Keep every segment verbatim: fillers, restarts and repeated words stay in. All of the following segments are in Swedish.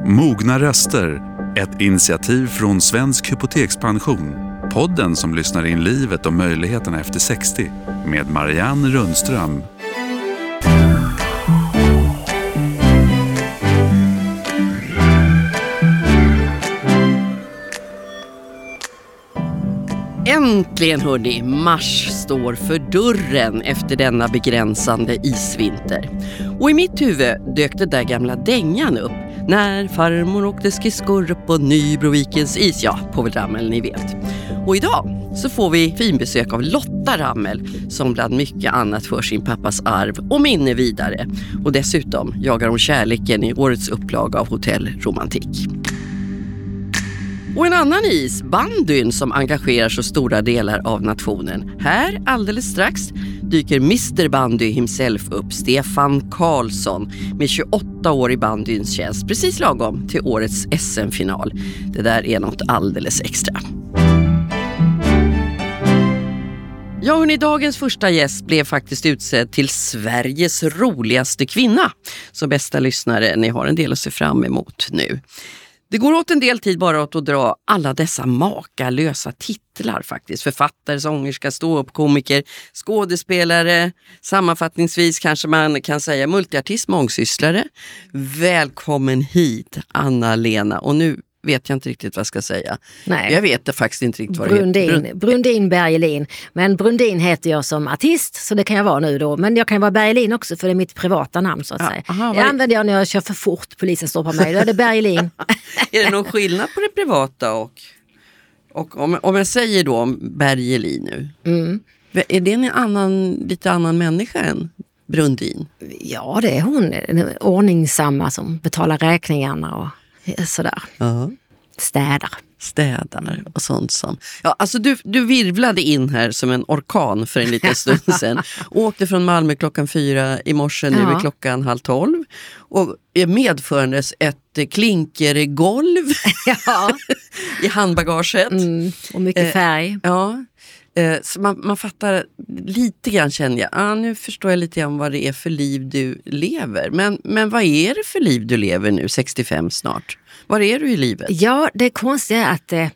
Mogna röster, ett initiativ från Svensk Hypotekspension. Podden som lyssnar in livet och möjligheterna efter sextio med Marianne Rundström. Äntligen hörni, mars står för dörren efter denna begränsande isvinter. Och i mitt huvud dök det där gamla dängan upp. När farmor åkte skridskor upp på Nybrovikens is, ja, på Rammel, ni vet. Och idag så får vi finbesök av Lotta Rammel som bland mycket annat för sin pappas arv och minne vidare. Och dessutom jagar hon kärleken i årets upplaga av Hotell Romantik. Och en annan is, bandyn, som engagerar så stora delar av nationen. Här alldeles strax dyker mister Bandy himself upp, Stefan Karlsson, med tjugoåtta år i bandyns tjänst, precis lagom till årets S M-final. Det där är något alldeles extra. Ja, hörni, dagens första gäst blev faktiskt utsedd till Sveriges roligaste kvinna. Så bästa lyssnare, ni har en del att se fram emot nu. Det går åt en del tid bara åt att dra alla dessa makalösa titlar faktiskt. Författare, sångerska, ståuppkomiker, skådespelare, sammanfattningsvis kanske man kan säga multiartist, mångsysslare. Välkommen hit, Anna-Lena. Och nu vet jag inte riktigt vad jag ska säga. Nej. Jag vet det faktiskt inte riktigt vad Brundin, det heter. Brun- Brundin Bergelin. Men Brundin heter jag som artist, så det kan jag vara nu då. Men jag kan vara Bergelin också, för det är mitt privata namn så att ja, säga. Aha, jag använder jag när jag kör för fort, polisen stoppar mig. Då är det Bergelin. Är det någon skillnad på det privata och, och om, om jag säger då Bergelin nu? Mm. Är det en annan, lite annan människa än Brundin? Ja, det är hon. Den ordningsamma som betalar räkningarna och sådär. Uh-huh. Städar. Städar och sånt som. Ja, alltså du, du virvlade in här som en orkan för en liten stund sedan. Åkte från Malmö klockan fyra i morse, nu ja. är klockan halv tolv. Och medförandes ett klinkergolv ja. i handbagaget. Mm, och mycket färg. Eh, ja. Så man, man fattar lite grann, känner jag. Ah, nu förstår jag lite grann vad det är för liv du lever. Men, men vad är det för liv du lever nu, sextiofem snart? Var är du i livet? Ja, det konstiga är att eh,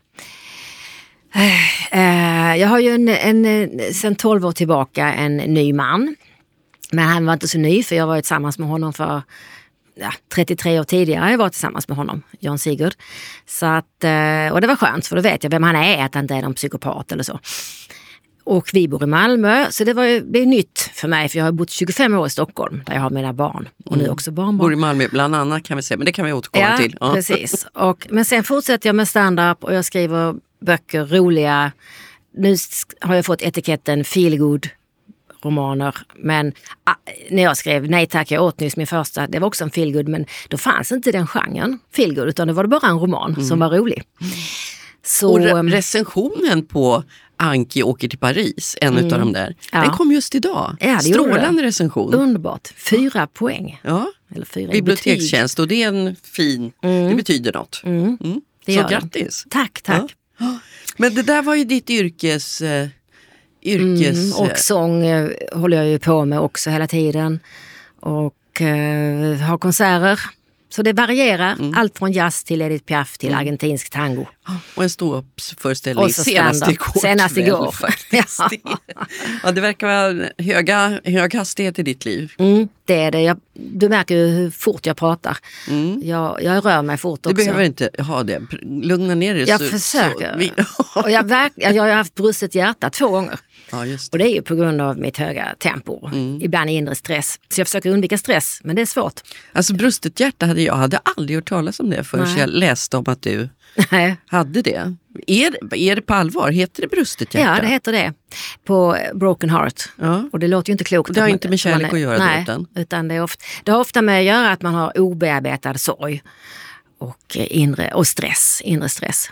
eh, jag har ju en, en, sen tolv år tillbaka en ny man. Men han var inte så ny, för jag var tillsammans med honom för ja, trettiotre år tidigare. Jag var tillsammans med honom, Jan Sigurd. Så att, och det var skönt, för då vet jag vem han är, att han inte är någon psykopat eller så. Och vi bor i Malmö, så det var ju det är nytt för mig, för jag har bott tjugofem år i Stockholm där jag har mina barn. Och nu också barnbarn. Bor i Malmö bland annat, kan vi säga, men det kan vi återkomma ja, till. Ja, precis. Och, men sen fortsätter jag med stand-up och jag skriver böcker, roliga. Nu har jag fått etiketten feelgood romaner, men ah, när jag skrev Nej tack, jag åt nyss min första, det var också en feelgood, men då fanns inte den genren feelgood, utan det var bara en roman mm. som var rolig. Så, och re- recensionen på Anki åker till Paris, en mm. av de där, ja. den kom just idag. Ja, strålande recension. Underbart, fyra poäng. Ja. Eller fyra bibliotekstjänst, och det är en fin, mm. det betyder något. Mm. Mm. Det så grattis. Det. Tack, tack. Ja. Men det där var ju ditt yrkes... Eh, yrkes mm, och sång eh, håller jag ju på med också hela tiden. Och eh, har konserter. Så det varierar. Mm. Allt från jazz till Edith Piaf till mm. argentinsk tango. Och en ståuppsföreställning senast igår. Senast igår. Faktiskt. Ja, det verkar vara höga, hög hastighet i ditt liv. Mm, det är det. Jag, du märker ju hur fort jag pratar. Mm. Jag, jag rör mig fort också. Du behöver inte ha det. Lugna ner dig. Jag så, försöker. Så vi... och jag, verk, jag har haft brustet hjärta två gånger. Ja, just det. Och det är ju på grund av mitt höga tempo. Mm. Ibland inre stress. Så jag försöker undvika stress, men det är svårt. Alltså brustet hjärta hade jag hade aldrig hört talas om det förrän Nej. jag läste om att du Nej. hade det. Är, är det på allvar? Heter det brustet hjärta? Ja, det heter det. På Broken Heart. Ja. Och det låter ju inte klokt. Det har inte med kärlek är, att göra nej, det. Utan, utan det, är ofta, det har ofta med att göra att man har obearbetad sorg. Och, inre, och stress, inre stress.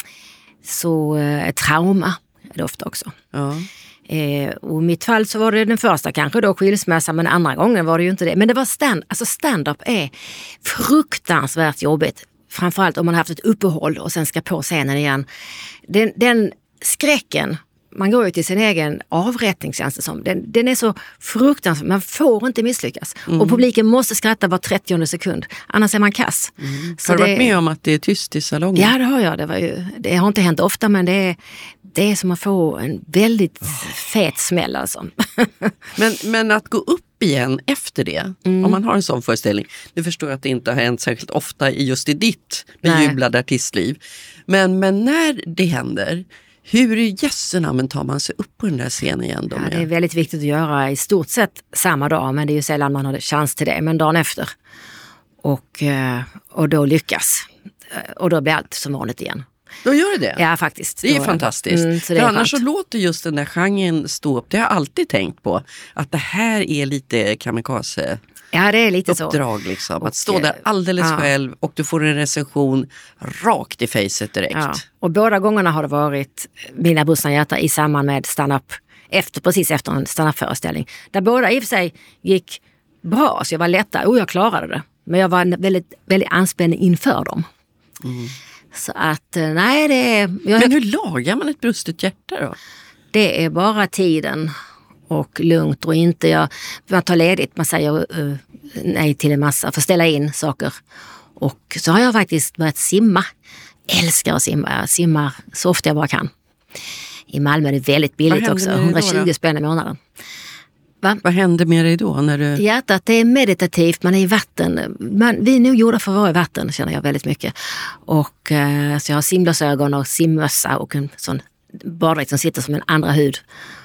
Så eh, trauma är det ofta också. Ja. Eh, och i mitt fall så var det den första kanske då skilsmässa, men andra gången var det ju inte det. Men det var stand, alltså stand-up är fruktansvärt jobbigt. Framförallt om man har haft ett uppehåll och sen ska på scenen igen. Den, den skräcken man går ju till sin egen avrättning, känns det som. Den, den är så fruktansvärd, man får inte misslyckas. Mm. Och publiken måste skratta var trettionde sekund, annars är man kass. Mm. Så har du det, varit med om att det är tyst i salongen? Ja, det har jag. Det, var ju, det har inte hänt ofta, men det är, det är som att få en väldigt oh. fet smäll alltså. men, men att gå upp igen efter det, mm. om man har en sån föreställning, du förstår att det inte har hänt särskilt ofta i just i ditt bejublade artistliv. Men, men när det händer, hur i jössenamn tar man sig upp på den där scenen igen då? Ja, det är väldigt viktigt att göra i stort sett samma dag, men det är ju sällan man har chans till det, men dagen efter. Och, och då lyckas. Och då blir allt som vanligt igen. Då gör det det? Ja, faktiskt. Det är då, fantastiskt. Mm, För annars så låter just den där genren stå upp. Det har jag alltid tänkt på. Att det här är lite kamikaze. Ja, det är lite uppdrag så. Liksom. Och, att stå där alldeles ja. själv och du får en recension rakt i facet direkt. Ja. Och båda gångerna har det varit Mina brustna hjärtan i samband med stand-up. Efter, precis efter en stand-up-föreställning. Där båda i och för sig gick bra. Så jag var lättare. Och jag klarade det. Men jag var väldigt, väldigt anspänd inför dem. Mm. Så att, nej det är... Jag, Men hur lagar man ett brustet hjärta då? Det är bara tiden och lugnt och inte... Jag, man tar ledigt, man säger uh, nej till en massa, för att ställa in saker. Och så har jag faktiskt börjat simma. Älskar att simma. Jag simmar så ofta jag bara kan. I Malmö är det väldigt billigt också. hundratjugo spänn i månaden. Va? Vad händer med dig då? När du... Hjärtat, det är meditativt, man är i vatten. Man, vi är nog gjorda för att vara i vatten, känner jag väldigt mycket. Och eh, så jag har simglasögon och simmössa och en sån baddräkt som sitter som en andra hud.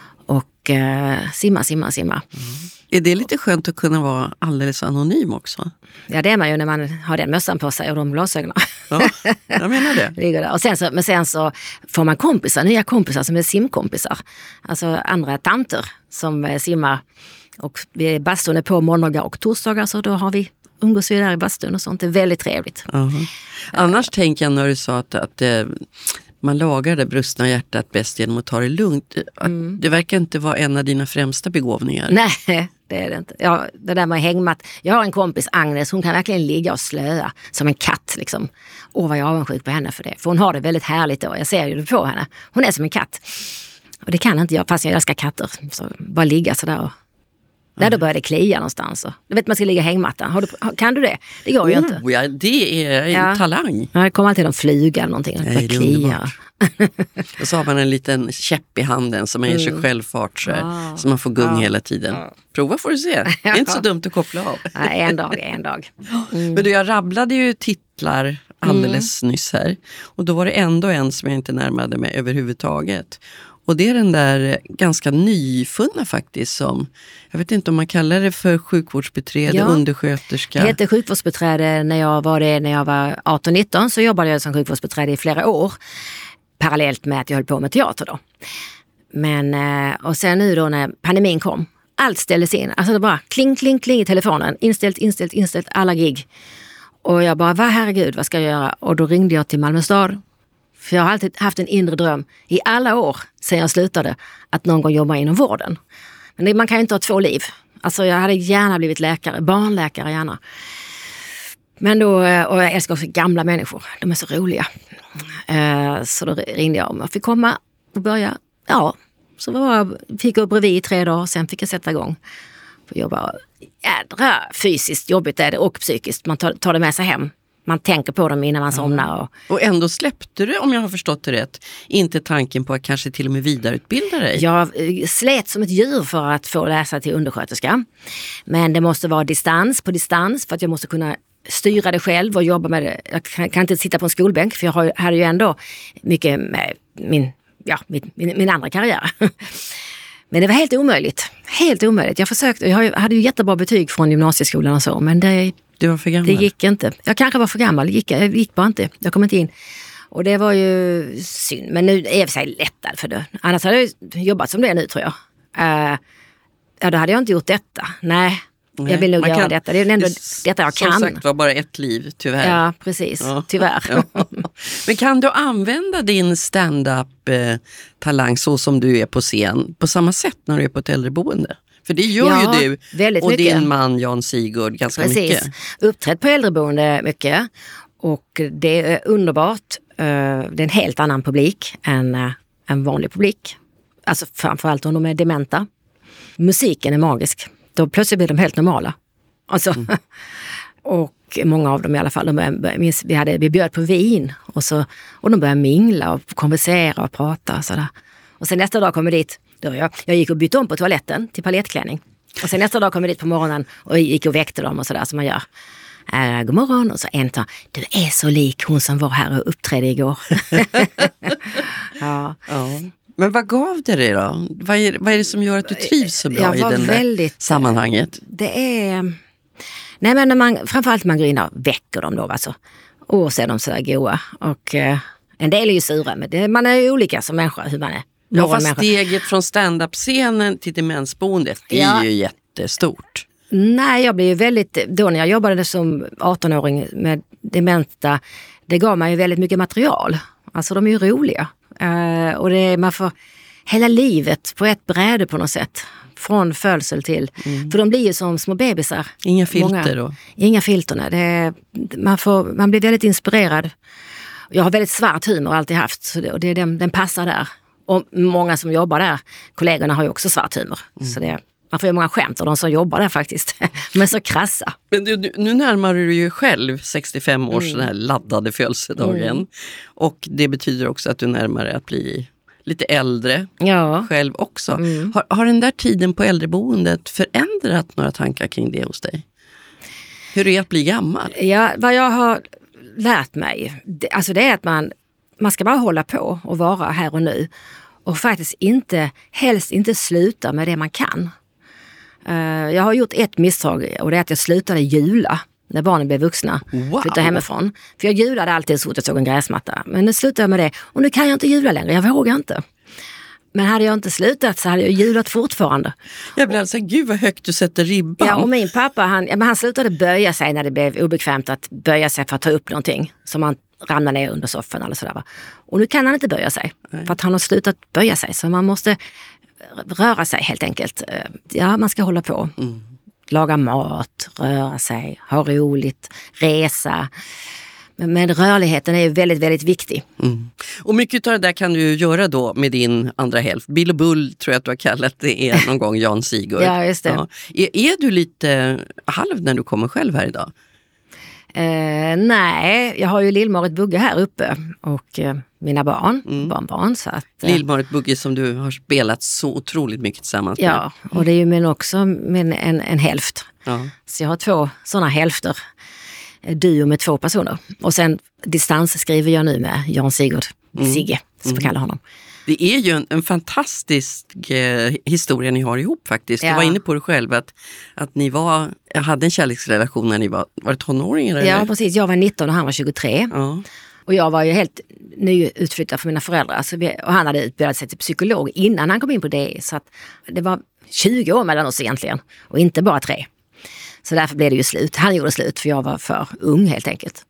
Och eh, simma, simma, simma. Mm. Är det lite skönt att kunna vara alldeles anonym också? Ja, det är man ju när man har den mössan på sig och de glasögonen. Ja, jag menar det. Ligger där. Och sen så, men sen så får man kompisar, nya kompisar som är simkompisar. Alltså andra tanter som eh, simmar. Och vi är bastun är på måndagar och torsdagar, så då har vi umgås vi där i bastun och sånt. Det är väldigt trevligt. Uh-huh. Annars uh, tänker jag när du sa att, att eh, man lagar det brustna hjärtat bäst genom att ta det lugnt. Mm. Det verkar inte vara en av dina främsta begåvningar. Nej, det är det inte. Ja, det där med hängmatt. Jag har en kompis, Agnes, hon kan verkligen ligga och slöa som en katt. Liksom. Åh, vad jag är avundsjuk på henne för det. För hon har det väldigt härligt då. Jag ser ju det på henne. Hon är som en katt. Och det kan inte jag, fast jag älskar katter. Så bara ligga sådär och... Där då börjar det klia någonstans. Och. Du vet, man ska ligga i hängmattan. Har du, kan du det? Det går ju oh, inte. Ja, det är en ja. talang. Ja, det kommer alltid en flyga eller någonting. Nej, det är underbart. Och så har man en liten käpp i handen som man ger sig mm. självfart så, ah. så man får gung ah. hela tiden. Ah. Prova får du se. Det är inte så dumt att koppla av. Nej, en dag, en dag. Mm. Men du, jag rabblade ju titlar alldeles mm. nyss här. Och då var det ändå en som jag inte närmade mig överhuvudtaget. Och det är den där ganska nyfunna faktiskt som, jag vet inte om man kallar det för sjukvårdsbiträde, ja. undersköterska. Det hette sjukvårdsbiträde när jag var det när jag var arton nitton, så jobbade jag som sjukvårdsbiträde i flera år. Parallellt med att jag höll på med teater då. Men, och sen nu då när pandemin kom, allt ställdes in. Alltså det bara kling, kling, kling i telefonen. Inställt, inställt, inställt, alla gig. Och jag bara, vad herregud, vad ska jag göra? Och då ringde jag till Malmö stad. För jag har alltid haft en inre dröm i alla år sedan jag slutade att någon gång jobba inom vården. Men det, man kan ju inte ha två liv. Alltså jag hade gärna blivit läkare, barnläkare gärna. Men då, och jag älskar också gamla människor, de är så roliga. Så då ringde jag om jag fick komma och börja. Ja, så var jag, fick jag bredvid i tre dagar, sen fick jag sätta igång. För jobba. Jädra fysiskt jobbigt är det och psykiskt, man tar, tar det med sig hem. Man tänker på dem innan man somnar. Och... och ändå släppte du, om jag har förstått det rätt, inte tanken på att kanske till och med vidareutbilda dig? Jag slet som ett djur för att få läsa till undersköterska. Men det måste vara distans på distans för att jag måste kunna styra det själv och jobba med det. Jag kan, kan inte sitta på en skolbänk för jag har, hade ju ändå mycket med min, ja, min, min, min andra karriär. Men det var helt omöjligt. Helt omöjligt. Jag försökte, jag hade ju jättebra betyg från gymnasieskolan och så, men det... Du var för gammal? Det gick inte. Jag kanske var för gammal. Det gick, jag gick bara inte. Jag kom inte in. Och det var ju synd. Men nu är jag för sig lättad för det. Annars hade jag jobbat som det nu, tror jag. Uh, ja, då hade jag inte gjort detta. Nej, Nej jag vill nog göra kan, detta. Det är ändå det, detta jag kan. Som sagt, var bara ett liv, tyvärr. Ja, precis. Ja. Tyvärr. Ja. Men kan du använda din stand-up-talang så som du är på scen på samma sätt när du är på ett äldreboende? För det gör ja, ju du och mycket. Din man Jan Sigurd ganska Precis. mycket. Uppträtt på äldreboende mycket. Och det är underbart. Det är en helt annan publik än en vanlig publik. Alltså framförallt om de är dementa. Musiken är magisk. Då plötsligt blir de helt normala. Alltså, mm. och många av dem i alla fall, de började, minns, vi, hade, vi bjöd på vin och, så, och de började mingla och konversera och prata och sådär. Och sen nästa dag kom vi dit, då jag, jag gick och bytte om på toaletten till palettklänning. Och sen nästa dag kom vi dit på morgonen och gick och väckte dem och sådär som man gör. Äh, god morgon, och så en tar, du är så lik hon som var här och uppträdde igår. ja. ja. Men vad gav det dig då? Vad är, vad är det som gör att du trivs så bra i den väldigt, sammanhanget? Det är... Nej, men när man, framförallt man går in och väcker dem då, alltså. Och så är de sådär goa. Och eh, en del är ju sura, men det, man är ju olika som människa, hur man är. Ja, fast människa. Steget från stand-up-scenen till demensboendet, det ja. är ju jättestort. Nej, jag blev ju väldigt, då när jag jobbade som arton-åring med dementa, det gav mig ju väldigt mycket material. Alltså de är ju roliga. Uh, och det, man får hela livet på ett bräde på något sätt. Från födsel till, mm. för de blir ju som små bebisar. Inga filter Många, då? Inga filter, det, man, får, man blir väldigt inspirerad. Jag har väldigt svart humor alltid haft, så det, och det, den, den passar där. Och många som jobbar där, kollegorna har ju också svart humor. Mm. Så det, man får ju många skämt av de som jobbar där faktiskt. De är så krassa. Men du, nu närmar du ju själv sextiofem års mm. den här laddade födelsedagen. Mm. Och det betyder också att du närmar dig att bli lite äldre ja. själv också. Mm. Har, har den där tiden på äldreboendet förändrat några tankar kring det hos dig? Hur är det att bli gammal? Ja, vad jag har lärt mig, det, alltså det är att man, man ska bara hålla på och vara här och nu. Och faktiskt inte, helst inte sluta med det man kan. Uh, jag har gjort ett misstag och det är att jag slutade jula när barnen blev vuxna. Wow. Flyttade hemifrån. För jag julade alltid så fort jag såg en gräsmatta. Men nu slutade jag med det. Och nu kan jag inte jula längre, jag vågar inte. Men hade jag inte slutat så hade jag julat fortfarande. Jag blir alltså, gud vad högt du sätter ribban. Ja, och min pappa, han, ja, men han slutade böja sig när det blev obekvämt att böja sig för att ta upp någonting. Som man ramlar ner under soffan eller sådär. Va? Och nu kan han inte böja sig. Nej. För att han har slutat böja sig. Så man måste röra sig helt enkelt. Ja, man ska hålla på. Mm. Laga mat, röra sig, ha roligt, resa. Men, men rörligheten är ju väldigt, väldigt viktig. Mm. Och mycket av det där kan du göra då med din andra hälft. Bill och Bull tror jag att du har kallat det är någon gång, Jan Sigurd. Ja, just det. Ja. Är, är du lite halv när du kommer själv här idag? Eh, nej, jag har ju Lill-Marit Bugge här uppe och eh, mina barn, mm. barnbarn. Så att, eh, Lill-Marit Bugge som du har spelat så otroligt mycket tillsammans med. Ja, och det är ju men också med en, en hälft. Ja. Så jag har två sådana hälfter, duo med två personer. Och sen distans skriver jag nu med Jan Sigurd, mm. Sigge, som vi kallar honom. Det är ju en, en fantastisk eh, historia ni har ihop faktiskt. Ja. Du var inne på det själv att, att ni var, hade en kärleksrelation när ni var, var det tonåringar? Eller? Ja, precis. Jag var nitton och han var tjugotre. Ja. Och jag var ju helt nyutflyttad för mina föräldrar. Så vi, och han hade utbildat sig till psykolog innan han kom in på det. Så att det var tjugo år mellan oss egentligen. Och inte bara tre. Så därför blev det ju slut. Han gjorde slut för jag var för ung helt enkelt.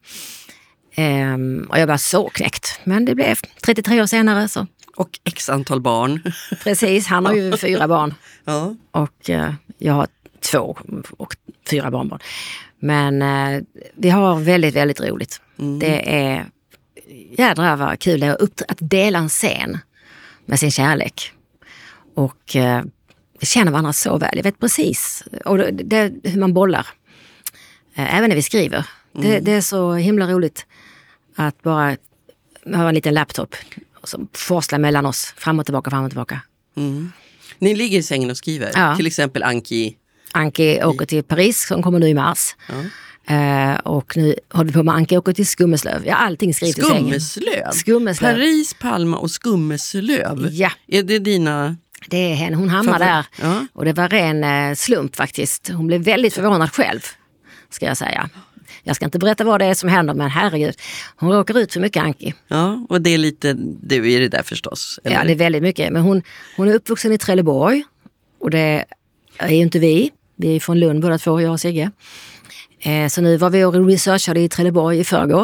Ehm, och jag var så knäckt. Men det blev trettiotre år senare så. Och x antal barn. Precis, han har ju fyra barn. Ja. Och eh, jag har två och fyra barnbarn. Men eh, vi har väldigt, väldigt roligt. Mm. Det är jädra vad kul det är att, att dela en scen med sin kärlek. Och eh, vi känner varandra så väl. Jag vet precis och det, det, hur man bollar. Eh, även när vi skriver. Mm. Det, det är så himla roligt att bara ha en liten laptop och så forsla mellan oss fram och tillbaka, fram och tillbaka. Mm. Ni ligger i sängen och skriver. Ja. Till exempel Anki. Anki åker till Paris som kommer nu i mars. Ja. Uh, och nu håller vi på med Anki åker till Skummeslöv. Ja, allting skrivs i sängen. Skummeslöv? Skummeslöv. Paris, Palma och Skummeslöv. Ja. Är det dina... Det är henne. Hon hamnade där. Ja. Och det var ren uh, slump faktiskt. Hon blev väldigt förvånad själv, ska jag säga. Jag ska inte berätta vad det är som händer, men herregud. Hon råkar ut för mycket Anki. Ja, och det är lite, det är det där förstås. Eller? Ja, det är väldigt mycket. Men hon, hon är uppvuxen i Trelleborg. Och det är ju inte vi. Vi är från Lund båda två, jag och Sigge. Eh, så nu var vi och researchade i Trelleborg i förrgår.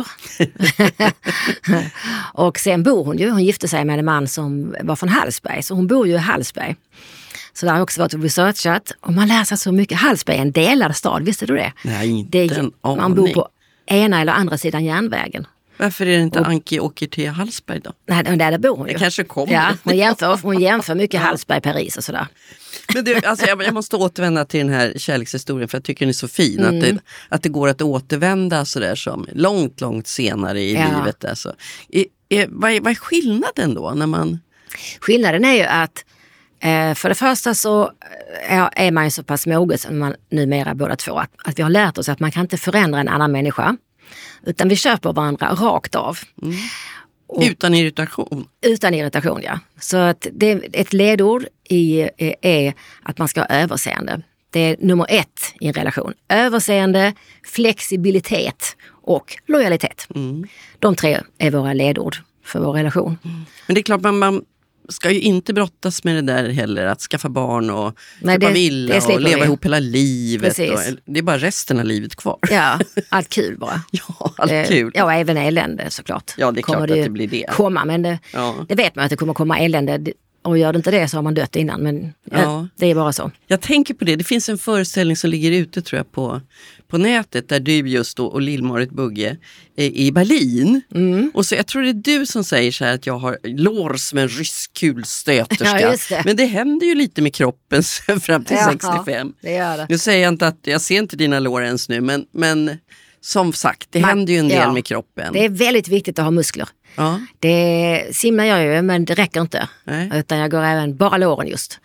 Och sen bor hon ju. Hon gifte sig med en man som var från Hallsberg. Så hon bor ju i Hallsberg. Så där har också varit och researchat. Och man lär sig så mycket. Hallsberg är en delad stad, visste du det? Nej, inte det är, en aning. Man bor på ena eller andra sidan järnvägen. Varför är det inte och, Anki åker till Hallsberg då? Nej, där, där bor hon Det ju. kanske kommer. Ja, hon jämför, hon jämför mycket Hallsberg, Paris och sådär. Men du, alltså jag, jag måste återvända till den här kärlekshistorien för jag tycker den är så fin. Mm. Att, det, att det går att återvända så där som långt, långt senare i ja. livet. Alltså. Är, är, vad, är, vad är skillnaden då? När man... Skillnaden är ju att eh, för det första så är, är man ju så pass mogen som man numera båda två. Att, att vi har lärt oss att man kan inte förändra en annan människa. Utan vi köper varandra rakt av. Mm. Och, utan irritation? Utan irritation, ja. Så att det, ett ledord i, är att man ska ha överseende. Det är nummer ett i en relation. Överseende, flexibilitet och lojalitet. Mm. De tre är våra ledord för vår relation. Mm. Men det är klart man... man ska ju inte brottas med det där heller, att skaffa barn och Nej, köpa det, villa det och leva vi. ihop hela livet. Och, det är bara resten av livet kvar. Ja, allt kul bara. ja, allt eh, kul. Ja, även elände såklart. Ja, det är kommer klart det att det blir det. Komma, men det, ja. det vet man att det kommer komma elände. Och gör det inte det så har man dött innan, men ja. det är bara så. Jag tänker på det, det finns en föreställning som ligger ute tror jag på, på nätet där du just då och Lill-Marit Bugge är i Berlin. Mm. Och så jag tror det är du som säger så här att jag har lår som en rysk kulstöterska. Ja, just det. Men det händer ju lite med kroppen fram till ja, sextiofem. Det gör det. Nu säger jag inte att jag ser inte dina lår ens nu, men, men som sagt, det man, händer ju en del ja, med kroppen. Det är väldigt viktigt att ha muskler. Ja. Det simmar jag ju, men det räcker inte. Nej. Utan jag går även bara låren just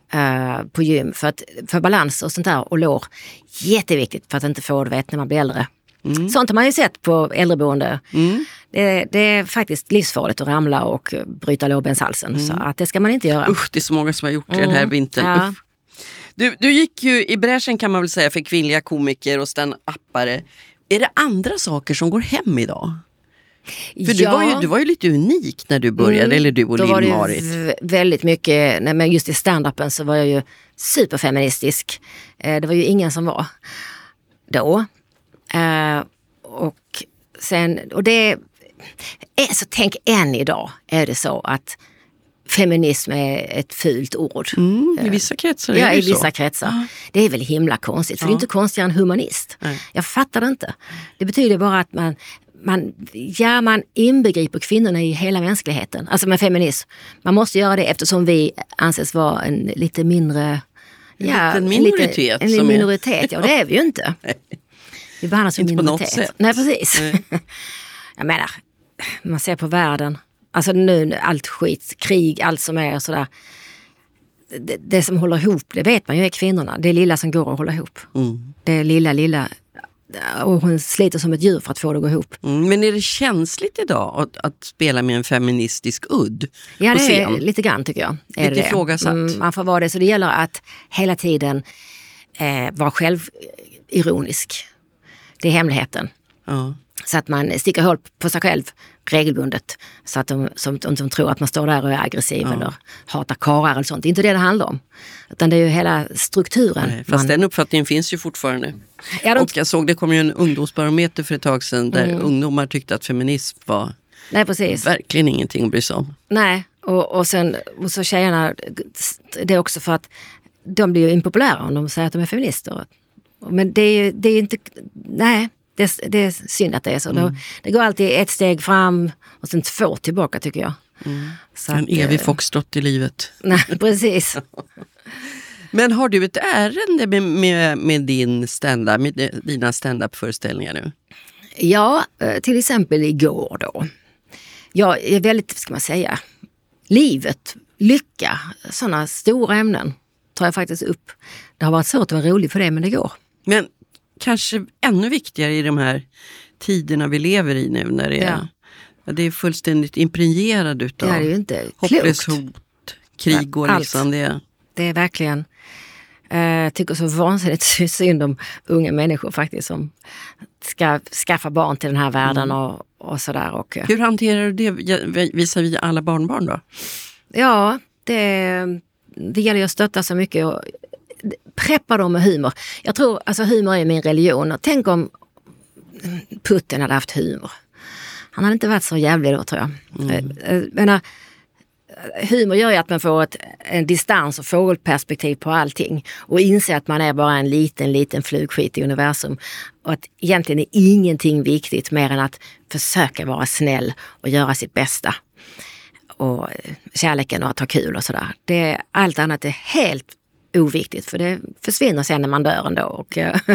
uh, på gym. För, att, för balans och sånt där och lår. Jätteviktigt för att inte få det vet när man blir äldre. Mm. Sånt har man ju sett på äldreboende. Mm. Det, det är faktiskt livsfarligt att ramla och bryta lårbenshalsen. Mm. Så att det ska man inte göra. Usch, det är så många som har gjort det mm. den här vintern. Ja. Du, du gick ju i bräschen kan man väl säga för kvinnliga komiker och stand-uppare. Är det andra saker som går hem idag? För ja. du, var ju, du var ju lite unik när du började, mm, eller du och Lill-Marit. Då var det v- väldigt mycket, nej, men just i stand-upen så var jag ju superfeministisk. Eh, det var ju ingen som var då. Eh, och sen, och det är, så tänk än idag är det så att feminism är ett fult ord. Mm, I vissa kretsar är ja, det i så. vissa kretsar. Ja. Det är väl himla konstigt, för ja. det är inte konstigare än humanist. Nej. Jag fattar det inte. Det betyder bara att man Man, ja, man inbegriper kvinnorna i hela mänskligheten. Alltså med feminism. Man måste göra det eftersom vi anses vara en lite mindre... En ja, liten minoritet. En, lite, en minoritet, är... ja det är vi ju inte. Vi behandlas som inte minoritet. På något sätt. Nej, precis. Nej. Jag menar, man ser på världen. Alltså nu, allt skit, krig, allt som är sådär. Det, det som håller ihop, det vet man ju är kvinnorna. Det är lilla som går att hålla ihop. Mm. Det är lilla, lilla... Och hon sliter som ett djur för att få det att gå ihop. Mm, men är det känsligt idag att, att spela med en feministisk udd? Ja, det är lite grann tycker jag. Är lite ifrågasatt. Mm, man får vara det. Så det gäller att hela tiden eh, vara självironisk. Det är hemligheten. Ja. Så att man sticker hål på sig själv regelbundet. Så att de, som, de, de tror att man står där och är aggressiv ja. eller hatar karar eller sånt. Det är inte det det handlar om. Utan det är ju hela strukturen. Nej, fast man... den uppfattningen finns ju fortfarande. Ja, de... Och jag såg, det kom ju en ungdomsbarometer för ett tag sedan där mm. ungdomar tyckte att feminism var Nej, precis. verkligen ingenting att bry sig om. Nej, och, och, sen, och så tjejerna, det är också för att de blir ju impopulära om de säger att de är feminister. Men det är ju det är inte, nej. Det, det är synd att det är så. Mm. Det går alltid ett steg fram och sen två tillbaka tycker jag. Mm. Så en att, evig foxtrott i livet. Nej, precis. Men har du ett ärende med, med, med din stand-up, med dina stand-up-föreställningar nu? Ja, till exempel igår då. Jag är väldigt, ska man säga, livet, lycka, sådana stora ämnen tar jag faktiskt upp. Det har varit svårt att vara rolig för det, men det går. Men kanske ännu viktigare i de här tiderna vi lever i nu när det är, ja. det är fullständigt impregnerad utav ja, det är ju inte hopplös hot, krig och liksom det. Det är verkligen, jag uh, tycker så vansinnigt synd om unga människor faktiskt som ska skaffa barn till den här världen mm. och, och sådär. Och, hur hanterar du det? Visar vi alla barnbarn då? Ja, det, det gäller att stötta så mycket och preppa dem med humor. Jag tror, alltså humor är min religion. Och tänk om Putin hade haft humor. Han hade inte varit så jävlig då, tror jag. Mm. Jag menar, humor gör ju att man får ett, en distans och fågelperspektiv på allting och inser att man är bara en liten, liten flugskit i universum och att egentligen är ingenting viktigt mer än att försöka vara snäll och göra sitt bästa. Och kärleken och att ha kul och sådär. Det, allt annat är helt oviktigt för det försvinner sen när man dör ändå och,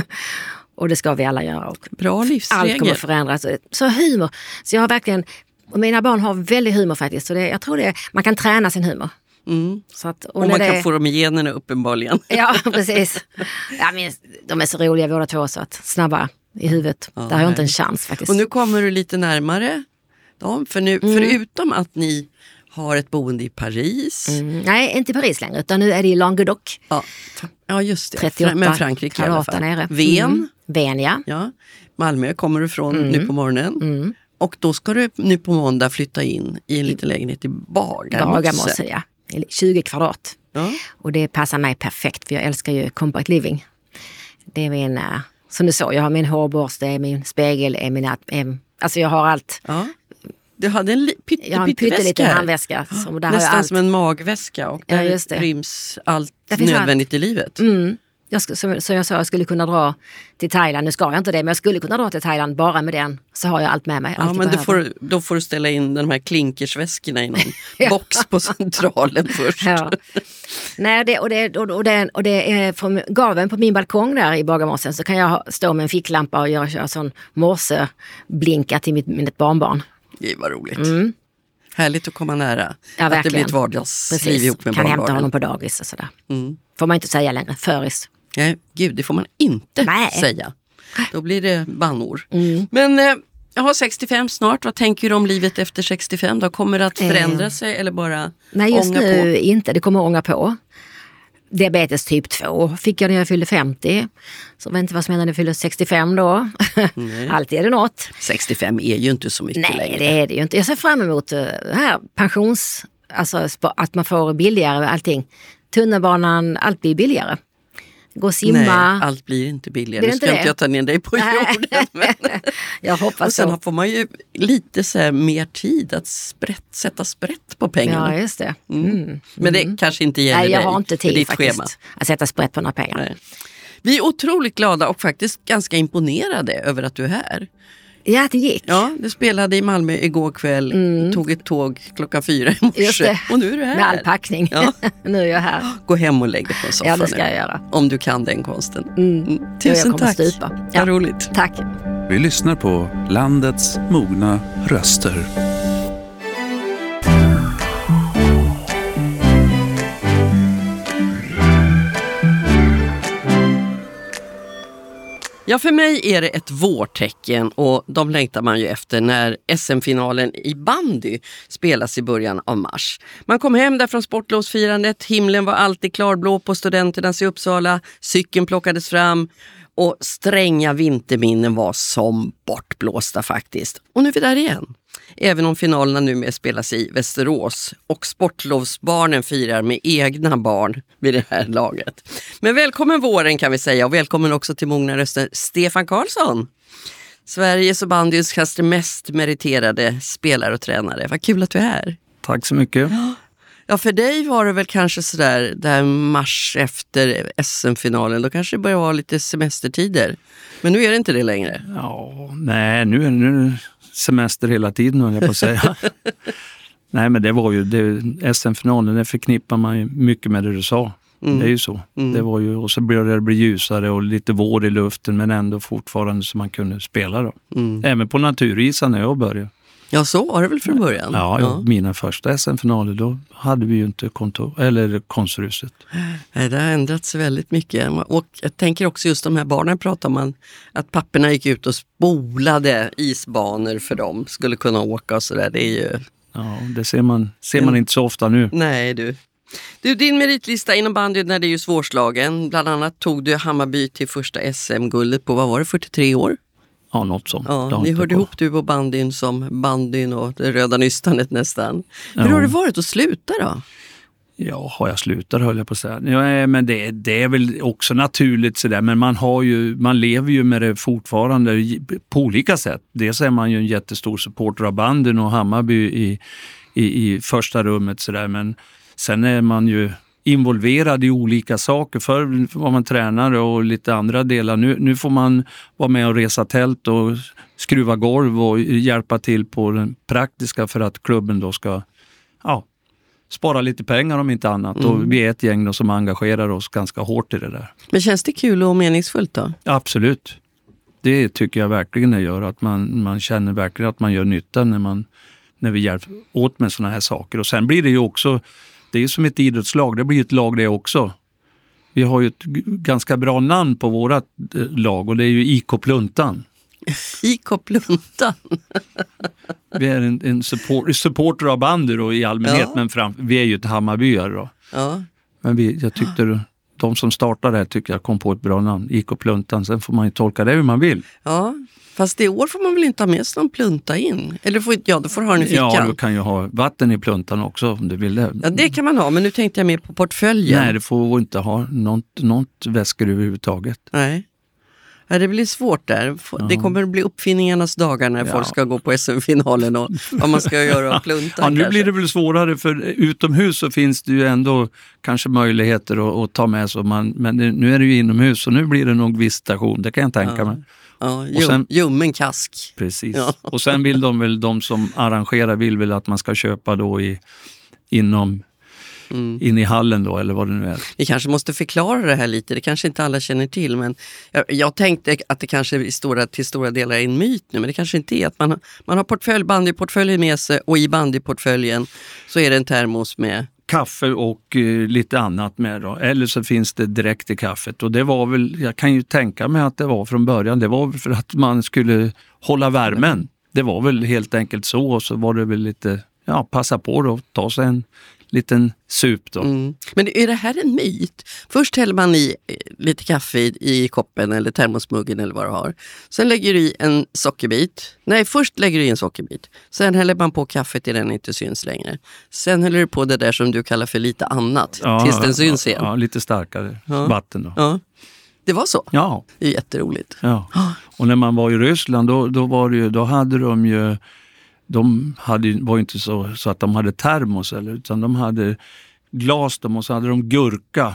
och det ska vi alla göra. Och bra livsregel. Allt kommer förändras. Så humor. Så jag har verkligen, och mina barn har väldigt humor faktiskt. Så det, jag tror det, man kan träna sin humor. Mm. Så att, och och man det, kan få dem i generna uppenbarligen. Ja, precis. Ja, men de är så roliga båda två så att snabba i huvudet. Ja, där har jag inte en chans faktiskt. Och nu kommer du lite närmare dem. För nu, mm. förutom att ni har ett boende i Paris. Mm. Nej, inte i Paris längre utan nu är det i Languedoc. Ja, ja just det. trettioåtta Men Frankrike i alla fall. Nere. Ven. Mm. Ven, ja. ja. Malmö kommer du från mm. nu på morgonen. Mm. Och då ska du nu på måndag flytta in i en liten lägenhet i Bagarmossen. Bagarmossen, ja. tjugo kvadrat. Ja. Och det passar mig perfekt för jag älskar ju compact living. Det är min, som du sa, jag har min hårborste, min spegel, är mina, alltså jag har allt. Ja. Du hade en li- pytte, jag har en pytteliten handväska. Som där nästan har allt. Som en magväska och där ja, ryms allt nödvändigt allt. I livet. Mm. Jag sk- som, som jag sa, jag skulle kunna dra till Thailand. Nu ska jag inte det, men jag skulle kunna dra till Thailand bara med den. Så har jag allt med mig. Ja, men då får, då får du ställa in de här klinkersväskorna i någon ja. box på centralen först. Ja. Nej, det, och, det, och, det, och det är från gaven på min balkong där i Bagarmossen så kan jag ha, stå med en ficklampa och göra, göra sån morseblinka till mitt, mitt barnbarn. Det var roligt. Mm. Härligt att komma nära. Ja, att det blir ett vardagsliv ihop med kan barnbarnen. Hämta honom på dagis och sådär. Mm. Får man inte säga längre. Föris. Nej, gud, det får man inte Nej. säga. Då blir det bannor. Mm. Men eh, jag har sextiofem snart. Vad tänker du om livet efter sextiofem? Då kommer det att förändra eh. sig eller bara Nej, just ånga nu på? inte. Det kommer att ånga på. Diabetes typ två fick jag när jag fyllde femtio. Så vet inte vad som händer när jag fyller sextiofem då. Alltid är det något. sextiofem är ju inte så mycket Nej, längre. Nej, det är det ju inte. Jag ser fram emot uh, här pensions... Alltså att man får billigare allting. Tunnelbanan, allt blir billigare. Gå och simma. Nej, allt blir inte billigare. Nu ska inte inte jag ta ner dig på jorden. Men... jag hoppas och sen så. får man ju lite så här mer tid att sprätt, sätta sprätt på pengarna. Ja, just det. Mm. Mm. Men det mm. kanske inte gäller Nej, jag dig. har inte tid ditt faktiskt schema. att sätta sprätt på några pengar. Nej. Vi är otroligt glada och faktiskt ganska imponerade över att du är här. Ja, det gick. Ja, du spelade i Malmö igår kväll, mm. tog ett tåg klockan fyra i morse. Just det. Och nu är du här. Med all packning. Ja. Nu är jag här. Gå hem och lägg dig på soffan. Ja, det ska jag göra. Om du kan den konsten. Mm. Mm. Tusen jag tack. Stupa. Ja. Vad roligt. Tack. Vi lyssnar på landets mogna röster. Ja, för mig är det ett vårtecken och de längtar man ju efter när S M-finalen i bandy spelas i början av mars. Man kom hem där från sportlovsfirandet, himlen var alltid klarblå på studenternas i Uppsala, cykeln plockades fram och stränga vinterminnen var som bortblåsta faktiskt. Och nu är vi där igen. Även om finalerna numera spelas i Västerås och sportlovsbarnen firar med egna barn vid det här laget. Men välkommen våren kan vi säga och välkommen också till mogna röster Stefan Karlsson. Sveriges och bandyns kanske mest meriterade spelare och tränare. Vad kul att du är här. Tack så mycket. Ja, för dig var det väl kanske sådär där mars efter S M-finalen. Då kanske det börjar vara lite semestertider. Men nu är det inte det längre. Ja, nej, nu är det semester hela tiden, höll jag på att säga. Nej, men det var ju det, S M-finalen, det förknippar man ju mycket med det du sa. Mm. Det är ju så. Mm. Det var ju, och så började det bli ljusare och lite vår i luften, men ändå fortfarande så man kunde spela då. Mm. Även på naturisen när jag började. Ja, så var det väl från början. Ja, ja. Mina första S M-finaler, då hade vi ju inte kontor, eller konsthuset. Nej, det har ändrats väldigt mycket. Och jag tänker också just de här barnen pratar man att papporna gick ut och spolade isbanor för dem. Skulle kunna åka och sådär. Det är ju... Ja, det ser man, ser man inte så ofta nu. Nej, du. Du, din meritlista inom bandyn när det är ju svårslagen. Bland annat tog du Hammarby till första S M-guldet på, vad var det, fyrtiotre år? Ja, något sånt. Ja, ni hörde ihop du och bandyn som bandyn och det röda nystanet nästan. Hur ja. har det varit att sluta då? Ja, har jag slutat höll jag på att säga. Ja, men det, det är väl också naturligt sådär. Men man, har ju, man lever ju med det fortfarande på olika sätt. Dels är man ju en jättestor supporter av banden och Hammarby i, i, i första rummet sådär. Men sen är man ju involverad i olika saker. Förr var man tränare och lite andra delar. Nu, nu får man vara med och resa tält och skruva golv och hjälpa till på den praktiska för att klubben då ska ja, spara lite pengar om inte annat. Mm. Och vi är ett gäng då som engagerar oss ganska hårt i det där. Men känns det kul och meningsfullt då? Absolut. Det tycker jag verkligen det gör. Att man, man känner verkligen att man gör nytta när, man, när vi hjälper åt med såna här saker. Och sen blir det ju också, det är ju som ett idrottslag, det blir ett lag det också. Vi har ju ett ganska bra namn på vårat lag och det är ju I K Pluntan. I K Pluntan? Vi är en, en support, supporter av bandy då, i allmänhet, ja. Men fram, vi är ju ett Hammarbyare då. Ja. Men vi, jag tyckte de som startade det tycker jag kom på ett bra namn, I K Pluntan. Sen får man ju tolka det hur man vill. Ja, fast i år får man väl inte ha med sig någon plunta in? Eller får, ja, då får du ha den i fickan. Ja, du kan ju ha vatten i pluntan också om du vill det. Ja, det kan man ha, men nu tänkte jag mer på portföljen. Nej, det får inte ha något, något väskor överhuvudtaget. Nej. Ja, det blir svårt där. Det kommer att bli uppfinningarnas dagar när ja. folk ska gå på S M-finalen och vad man ska göra och plunta. Ja, nu kanske. blir det väl svårare för utomhus så finns det ju ändå kanske möjligheter att, att ta med sig. Man, men det, nu är det ju inomhus och nu blir det nog visitation, det kan jag tänka ja. mig. Ja, jum, sen, ljummen kask. Precis. Ja. Och sen vill de väl, de som arrangerar vill väl att man ska köpa då i, inom Mm. in i hallen då, eller vad det nu är. Vi kanske måste förklara det här lite, det kanske inte alla känner till, men jag, jag tänkte att det kanske i stora, till stora delar är en myt nu, men det kanske inte är att man, man har portfölj, bandyportföljen med sig och i bandyportföljen så är det en termos med kaffe och eh, lite annat med då. Eller så finns det direkt i kaffet och det var väl, jag kan ju tänka mig att det var från början, det var för att man skulle hålla värmen. Det var väl helt enkelt så och så var det väl lite, ja, passa på då, ta sig en liten sup då. Mm. Men är det här en myt? Först häller man i lite kaffe i, i koppen eller termosmuggen eller vad du har. Sen lägger du i en sockerbit. Nej, först lägger du i en sockerbit. Sen häller man på kaffet i den inte syns längre. Sen häller du på det där som du kallar för lite annat. Ja, tills den syns ja, igen. Ja, lite starkare ja. vatten då. Ja. Det var så? Ja. Det är jätteroligt. Ja. Och när man var i Ryssland då, då, var det ju, då hade de ju de hade, var ju inte så, så att de hade termos eller, utan de hade glas och så hade de gurka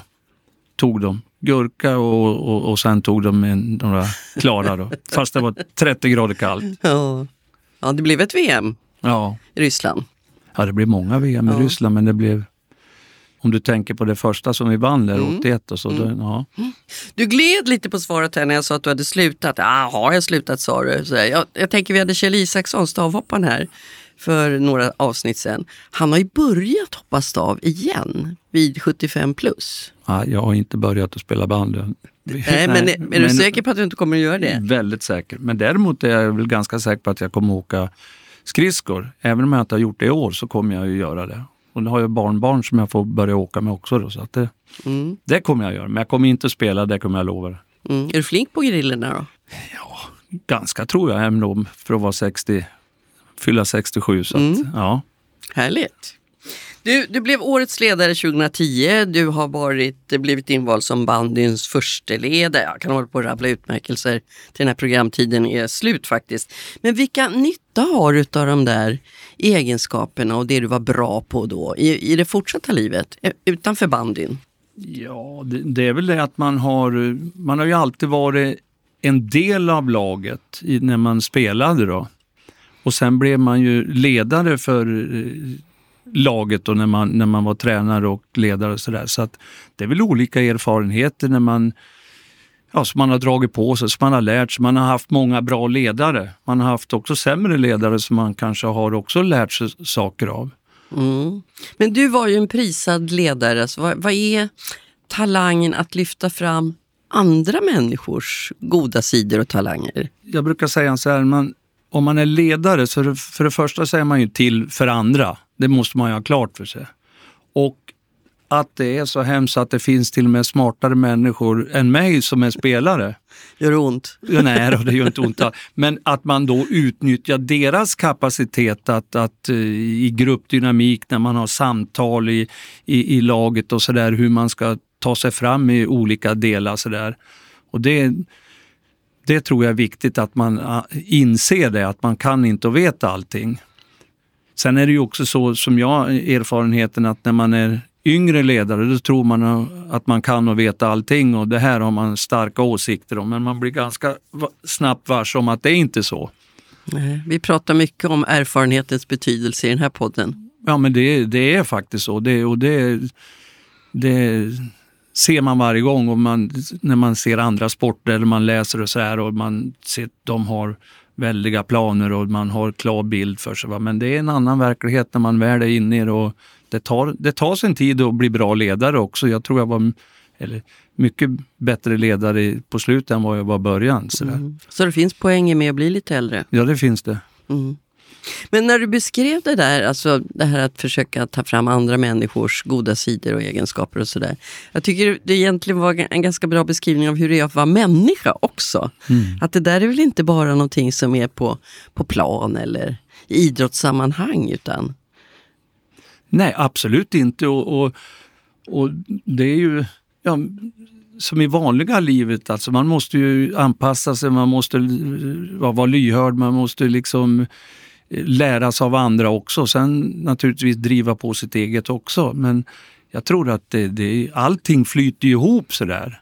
tog de gurka och, och, och sen tog de en, några klara då, fast det var trettio grader kallt. Ja, ja det blev ett V M ja. i Ryssland. Ja, det blev många V M i ja. Ryssland, men det blev, om du tänker på det första som vi vann där, mm. åttioett och så. Mm. Då, ja. Du gled lite på svaret här när jag sa att du hade slutat. Ja, har jag slutat, sa du. Så jag, jag tänker vi hade Kjell Isaksson, stavhopparen här, för några avsnitt sedan. Han har ju börjat hoppa stav igen vid sjuttiofem plus. Ja, jag har inte börjat att spela band. Nej, Nej, men är, är men, du säker på att du inte kommer att göra det? Väldigt säker. Men däremot är jag väl ganska säker på att jag kommer att åka skridskor. Även om jag inte har gjort det i år så kommer jag ju göra det. Och nu har jag barnbarn som jag får börja åka med också då, så att det, mm. det kommer jag göra. Men jag kommer inte att spela, det kommer jag lova. Mm. Är du flink på grillerna då? Ja, ganska tror jag ändå för att vara sextio, fylla sextiosju. Så mm. att, ja. Härligt. Du, du blev årets ledare tjugohundratio. Du har varit, blivit invald som bandyns första ledare. Jag kan hålla på att rabbla utmärkelser till den här programtiden är slut faktiskt. Men vilka nytta har du av de där egenskaperna och det du var bra på då i, i det fortsatta livet utanför bandyn? Ja, det, det är väl det att man har, man har ju alltid varit en del av laget i, när man spelade då. Och sen blev man ju ledare för laget och när man, när man var tränare och ledare och sådär. Så att det är väl olika erfarenheter när man, ja, som man har dragit på sig, som man har lärt sig. Man har haft många bra ledare. Man har haft också sämre ledare som man kanske har också lärt sig saker av. Mm. Men du var ju en prisad ledare. Så vad, vad är talangen att lyfta fram andra människors goda sidor och talanger? Jag brukar säga så här, man, om man är ledare så för det första säger man ju till för andra. Det måste man ju ha klart för sig. Och att det är så hemskt att det finns till och med smartare människor än mig som är spelare. Gör det ont? Ja, nej, det gör inte ont. Men att man då utnyttjar deras kapacitet att, att i gruppdynamik, när man har samtal i, i, i laget och sådär, hur man ska ta sig fram i olika delar sådär. Och det, det tror jag är viktigt att man inser det, att man kan inte och veta allting. Sen är det ju också så, som jag har erfarenheten, att när man är yngre ledare, då tror man att man kan och veta allting, och det här har man starka åsikter om, men man blir ganska snabbt vars om att det är inte så. Nej, vi pratar mycket om erfarenhetens betydelse i den här podden. Ja, men det, det är faktiskt så, det, och det, det ser man varje gång, och man, när man ser andra sporter eller man läser och så här, och man ser att de har väldiga planer och man har klar bild för sig. Va? Men det är en annan verklighet när man väl är inne i det, och det tar, det tar sin tid att bli bra ledare också. Jag tror jag var eller, mycket bättre ledare på slutet än vad jag var i början. Mm. Så det finns poänger med att bli lite äldre? Ja, det finns det. Mm. Men när du beskrev det där, alltså det här att försöka ta fram andra människors goda sidor och egenskaper och sådär. Jag tycker det egentligen var en ganska bra beskrivning av hur det är att vara människa också. Mm. Att det där är väl inte bara någonting som är på, på plan eller i idrottssammanhang, utan... Nej, absolut inte. Och, och, och det är ju... Ja, som i vanliga livet, alltså man måste ju anpassa sig, man måste vara lyhörd, man måste liksom läras av andra också. Sen naturligtvis driva på sitt eget också. Men jag tror att det, det, allting flyter ihop sådär.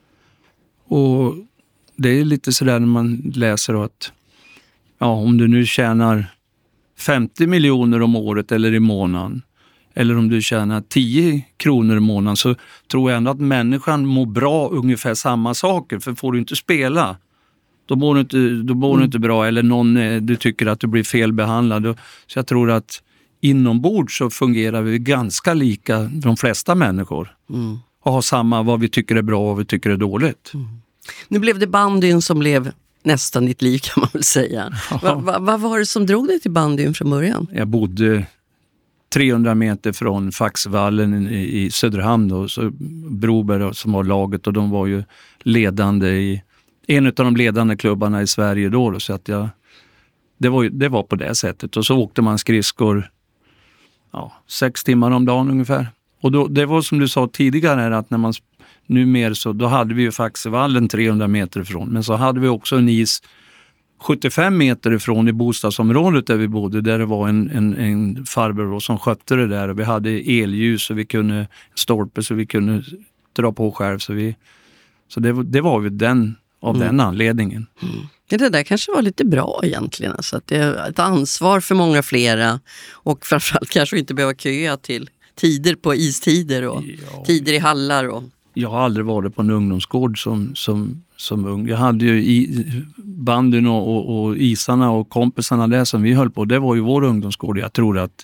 Och det är lite sådär när man läser att ja, om du nu tjänar femtio miljoner om året eller i månaden, eller om du tjänar tio kronor i månaden, så tror jag ändå att människan mår bra ungefär samma saker. För får du inte spela, då mår du inte, då mår mm. du inte bra, eller någon du tycker att du blir felbehandlad. Så jag tror att inombords så fungerar vi ganska lika de flesta människor. Mm. Och har samma vad vi tycker är bra och vad vi tycker är dåligt. Mm. Nu blev det bandyn som blev nästan ditt liv, kan man väl säga. Vad va, va var det som drog dig till bandyn från början? Jag bodde trehundra meter från Faxvallen i, i Söderhamn då, så Broberg som var laget, och de var ju ledande i en av de ledande klubbarna i Sverige då, då så att jag det var ju, det var på det sättet, och så åkte man skridskor ja, sex timmar om dagen ungefär. Och då, det var som du sa tidigare här, att när man numera så då hade vi ju Faxvallen trehundra meter ifrån, men så hade vi också en is sjuttiofem meter ifrån i bostadsområdet där vi bodde, där det var en, en, en farbror som skötte det där, och vi hade elljus och vi kunde stolpe så vi kunde dra på själv, så vi så det, det var ju den av mm. den anledningen. Mm. Det där kanske var lite bra egentligen, alltså att det är ett ansvar för många flera, och framförallt kanske inte behöva köa till tider på istider och ja. tider i hallar. Och... Jag har aldrig varit på en ungdomsgård som, som, som ung. Jag hade ju i bandyn och, och, och isarna och kompisarna där som vi höll på. Det var ju vår ungdomsgård. Jag tror att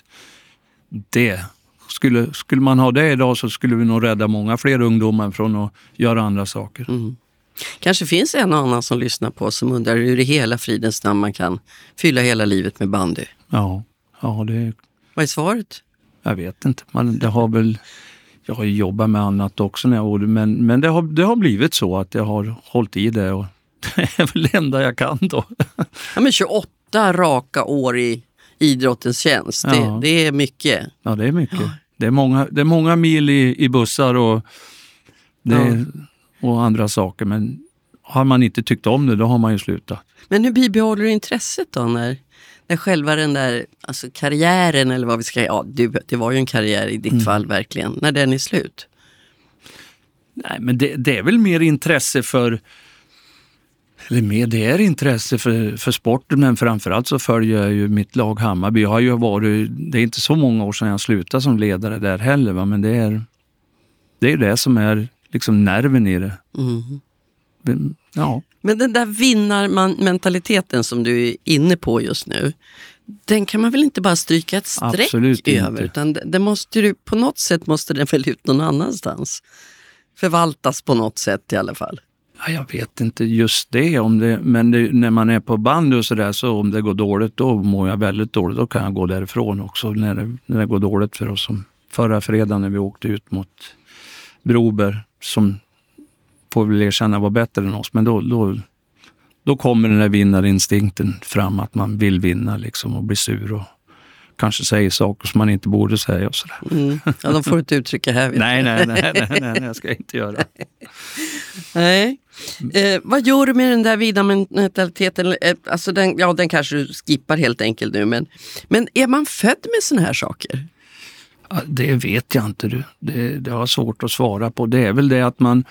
det skulle, skulle man ha det idag, så skulle vi nog rädda många fler ungdomar från att göra andra saker. Mm. Kanske finns en och annan som lyssnar på som undrar hur i hela fridens namn man kan fylla hela livet med bandy. Ja, ja det... Vad är svaret? Jag vet inte. Man, det har väl... Jag har jobbat med annat också när jag gjorde, men, men det, har, det har blivit så att jag har hållit i det, och det är väl det enda jag kan då. Ja, men tjugoåtta raka år i idrottens tjänst, det, ja. det är mycket. Ja, det är mycket. Ja. Det, är många, det är många mil i, i bussar och, det, ja. och andra saker, men har man inte tyckt om det, då har man ju slutat. Men hur bibehåller du intresset då när... När själva den där alltså karriären, eller vad vi ska... Ja, det, det var ju en karriär i ditt mm. fall verkligen. När den är slut? Nej, men det, det är väl mer intresse för... Eller mer, det är intresse för, för sporten, men framförallt så följer jag ju mitt lag Hammarby. Jag har ju varit... Det är inte så många år sedan jag slutade som ledare där heller, va? Men det är det är det som är liksom nerven i det. Mm. Ja. Men den där vinnarmentaliteten som du är inne på just nu, den kan man väl inte bara stryka ett streck Absolut över, inte. utan det måste du, på något sätt måste den väl ut någon annanstans. Förvaltas på något sätt i alla fall. Ja, jag vet inte just det, om det men det, när man är på band och sådär, så om det går dåligt, då mår jag väldigt dåligt, då kan jag gå därifrån också när det, när det går dåligt för oss som förra fredagen när vi åkte ut mot Broberg, som får väl erkänna var bättre än oss. Men då, då, då kommer den där vinnarinstinkten fram, att man vill vinna liksom, och bli sur och kanske säger saker som man inte borde säga och sådär. Mm. Ja, de får inte uttrycka här. nej, nej, nej, nej, nej, nej, jag ska inte göra. Nej. Eh, vad gör du med den där vinnarmentaliteten? Eh, alltså den, ja, den kanske du skippar helt enkelt nu. Men, men är man född med såna här saker? Ja, det vet jag inte du. Det, det har svårt att svara på. Det är väl det att man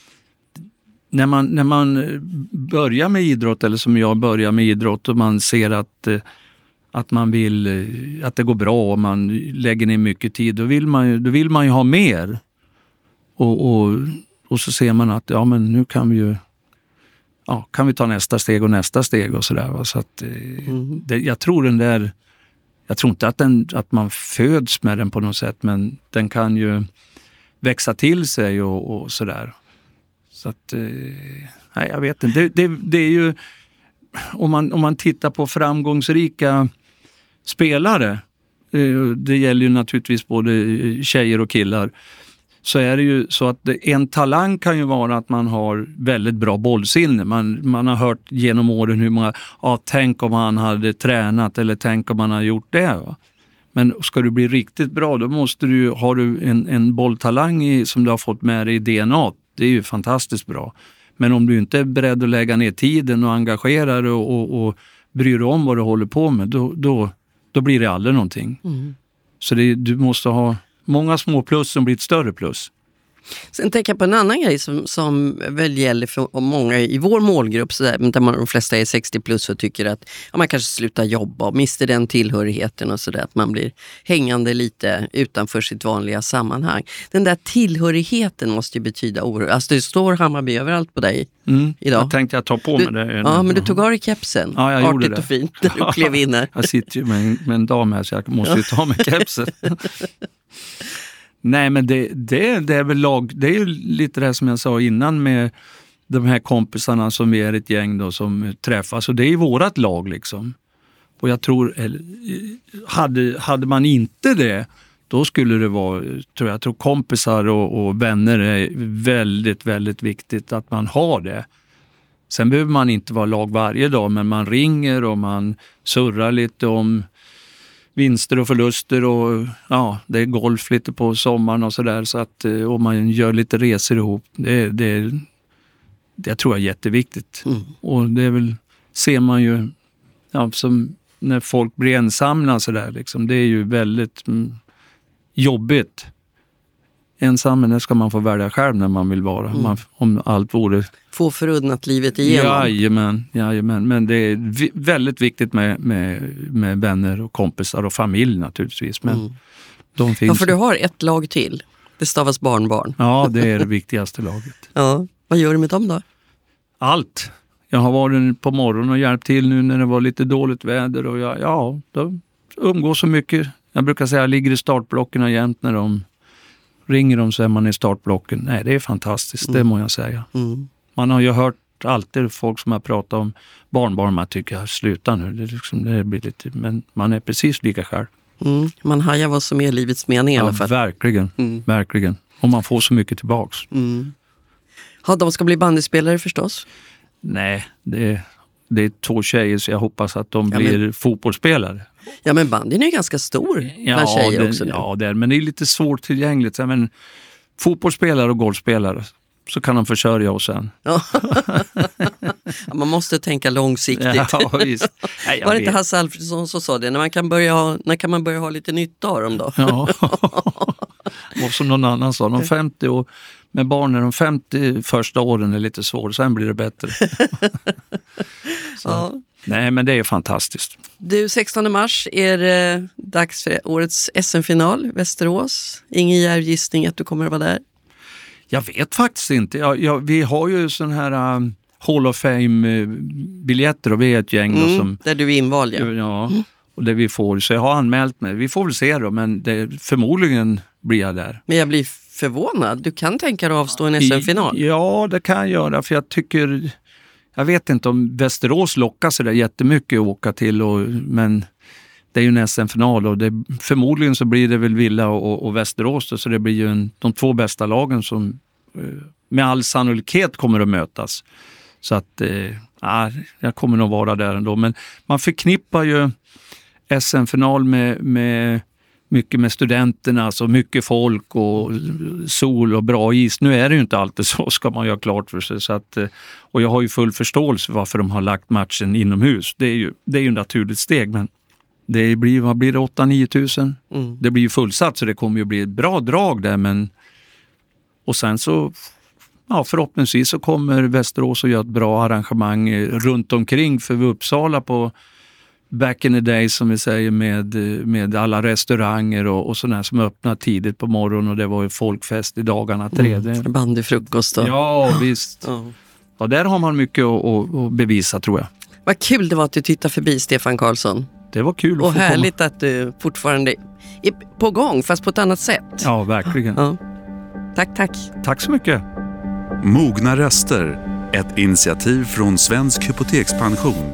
när man, när man börjar med idrott, eller som jag börjar med idrott, och man ser att att man vill att det går bra och man lägger ner mycket tid, då vill man ju, då vill man ju ha mer. Och, och, och så ser man att ja, men nu kan vi ju ja, kan vi ta nästa steg och nästa steg och sådär. Så att mm. det, jag tror den där jag tror inte att, den, att man föds med den på något sätt, men den kan ju växa till sig och, och sådär. Så att nej, jag vet inte. Det, det, det är ju om man, om man tittar på framgångsrika spelare, det gäller ju naturligtvis både tjejer och killar, så är det ju så att en talang kan ju vara att man har väldigt bra bollsinne. Man, man har hört genom åren hur många, ja, tänk om han hade tränat, eller tänk om han har gjort det. Va? Men ska du bli riktigt bra, då måste du, har du en, en bolltalang i, som du har fått med dig i D N A. Det är ju fantastiskt bra. Men om du inte är beredd att lägga ner tiden och engagera dig och, och, och bryr dig om vad du håller på med, då, då, då blir det aldrig någonting. Mm. Så det, du måste ha många små plus som blir ett större plus. Sen tänker jag på en annan grej som, som väl gäller för många i vår målgrupp, så där, där man, de flesta är sextio plus och tycker att ja, man kanske slutar jobba och mister den tillhörigheten och sådär, att man blir hängande lite utanför sitt vanliga sammanhang. Den där tillhörigheten måste ju betyda oro. Alltså det står Hammarby överallt på dig mm, idag. Jag tänkte jag ta på mig det. Ja, men du tog av dig kepsen. Ja, jag gjorde artigt det. Och fint när du klev in här. Jag sitter ju med en, med en dam här, så jag måste ju ta med kepsen. Nej, men det, det, det är väl lag, det är ju lite det som jag sa innan med de här kompisarna som vi är ett gäng då som träffas, och det är ju vårat lag liksom. Och jag tror, hade, hade man inte det, då skulle det vara, tror jag, jag tror kompisar och, och vänner är väldigt, väldigt viktigt att man har det. Sen behöver man inte vara lag varje dag, men man ringer och man surrar lite om vinster och förluster, och ja, det är golf lite på sommaren och sådär, så att och man gör lite resor ihop. Det, det, det jag tror jag är jätteviktigt. Mm. Och det är väl, ser man ju ja, som när folk blir ensamma så där liksom, det är ju väldigt mm, jobbigt. Ensam, men det ska man få välja själv när man vill vara. Mm. Man, om allt vore... Få förunnat livet igenom. Jajamän, jajamän. Men det är vi, väldigt viktigt med, med, med vänner och kompisar och familj naturligtvis. Men mm. de finns. Ja, för du har ett lag till. Det stavas barnbarn. Ja, det är det viktigaste laget. Ja, vad gör du med dem då? Allt. Jag har varit på morgonen och hjälpt till nu när det var lite dåligt väder. Och jag, ja, de umgås så mycket. Jag brukar säga att jag ligger i startblocken jämt när de ringer dem, så är man i startblocken. Nej, det är fantastiskt, mm. det må jag säga. Mm. Man har ju hört alltid folk som har pratat om barnbarn, man tycker jag sluta nu. Det, liksom, det blir lite, men man är precis lika själv. Mm. Man hajar vad som är livets mening i ja, alla fall. Verkligen, mm. verkligen. Och man får så mycket tillbaks. Mm. Ja, de ska bli bandyspelare förstås? Nej, det, det är två tjejer, så jag hoppas att de ja, blir men... fotbollsspelare. Ja, men bandyn är ganska stor bland ja, tjejer det, också nu. Ja, det är, men det är lite svårt tillgängligt. Men fotbollsspelare och golfspelare, så kan de försörja oss sen. Ja. Ja, man måste tänka långsiktigt. Ja, visst. Nej, var det inte Hasse Alfredsson som sa det? När, man kan börja ha, när kan man börja ha lite nytta av dem då? Ja, och som någon annan sa, de femtio år med barnen, de femtio första åren är lite svår, sen blir det bättre. Så. Ja. Nej, men det är fantastiskt. Du, sextonde mars är det dags för årets S M-final, Västerås. Ingen djärvgissning att du kommer att vara där? Jag vet faktiskt inte. Jag, jag, vi har ju sån här um, Hall of Fame-biljetter och vi är ett gäng. Mm, då, som, där du är invald, ja. Ja, mm. och det vi får. Så jag har anmält mig. Vi får väl se då, men det, förmodligen blir jag där. Men jag blir förvånad. Du kan tänka dig att avstå en S M-final? Ja, det kan jag göra, för jag tycker... Jag vet inte om Västerås lockar så där jättemycket att åka till, och, men det är ju en S M-final och det, förmodligen så blir det väl Villa och, och Västerås då, så det blir ju en, de två bästa lagen som med all sannolikhet kommer att mötas. Så att eh, ja, jag kommer nog vara där ändå. Men man förknippar ju S M-final med, med mycket med studenterna, alltså mycket folk och sol och bra is. Nu är det ju inte alltid så, ska man göra klart för sig. Så att, och jag har ju full förståelse för varför de har lagt matchen inomhus. Det är ju, det är ju ett naturligt steg, men det blir, vad blir det, åtta till nio tusen? Mm. Det blir ju fullsatt, så det kommer ju bli ett bra drag där. Men, och sen så, ja, förhoppningsvis så kommer Västerås att göra ett bra arrangemang runt omkring, för Uppsala på back in the day, som vi säger, med, med alla restauranger och, och sådär som öppnar tidigt på morgonen, och det var ju folkfest i dagarna tre. Mm, bandyfrukost då. Ja, visst. Ja. Ja, där har man mycket att, att, att bevisa, tror jag. Vad kul det var att du tittade förbi, Stefan Karlsson. Det var kul att och få härligt komma. Att du fortfarande är på gång, fast på ett annat sätt. Ja, verkligen. Ja. Tack, tack. Tack så mycket. Mogna röster, ett initiativ från Svensk Hypotekspension.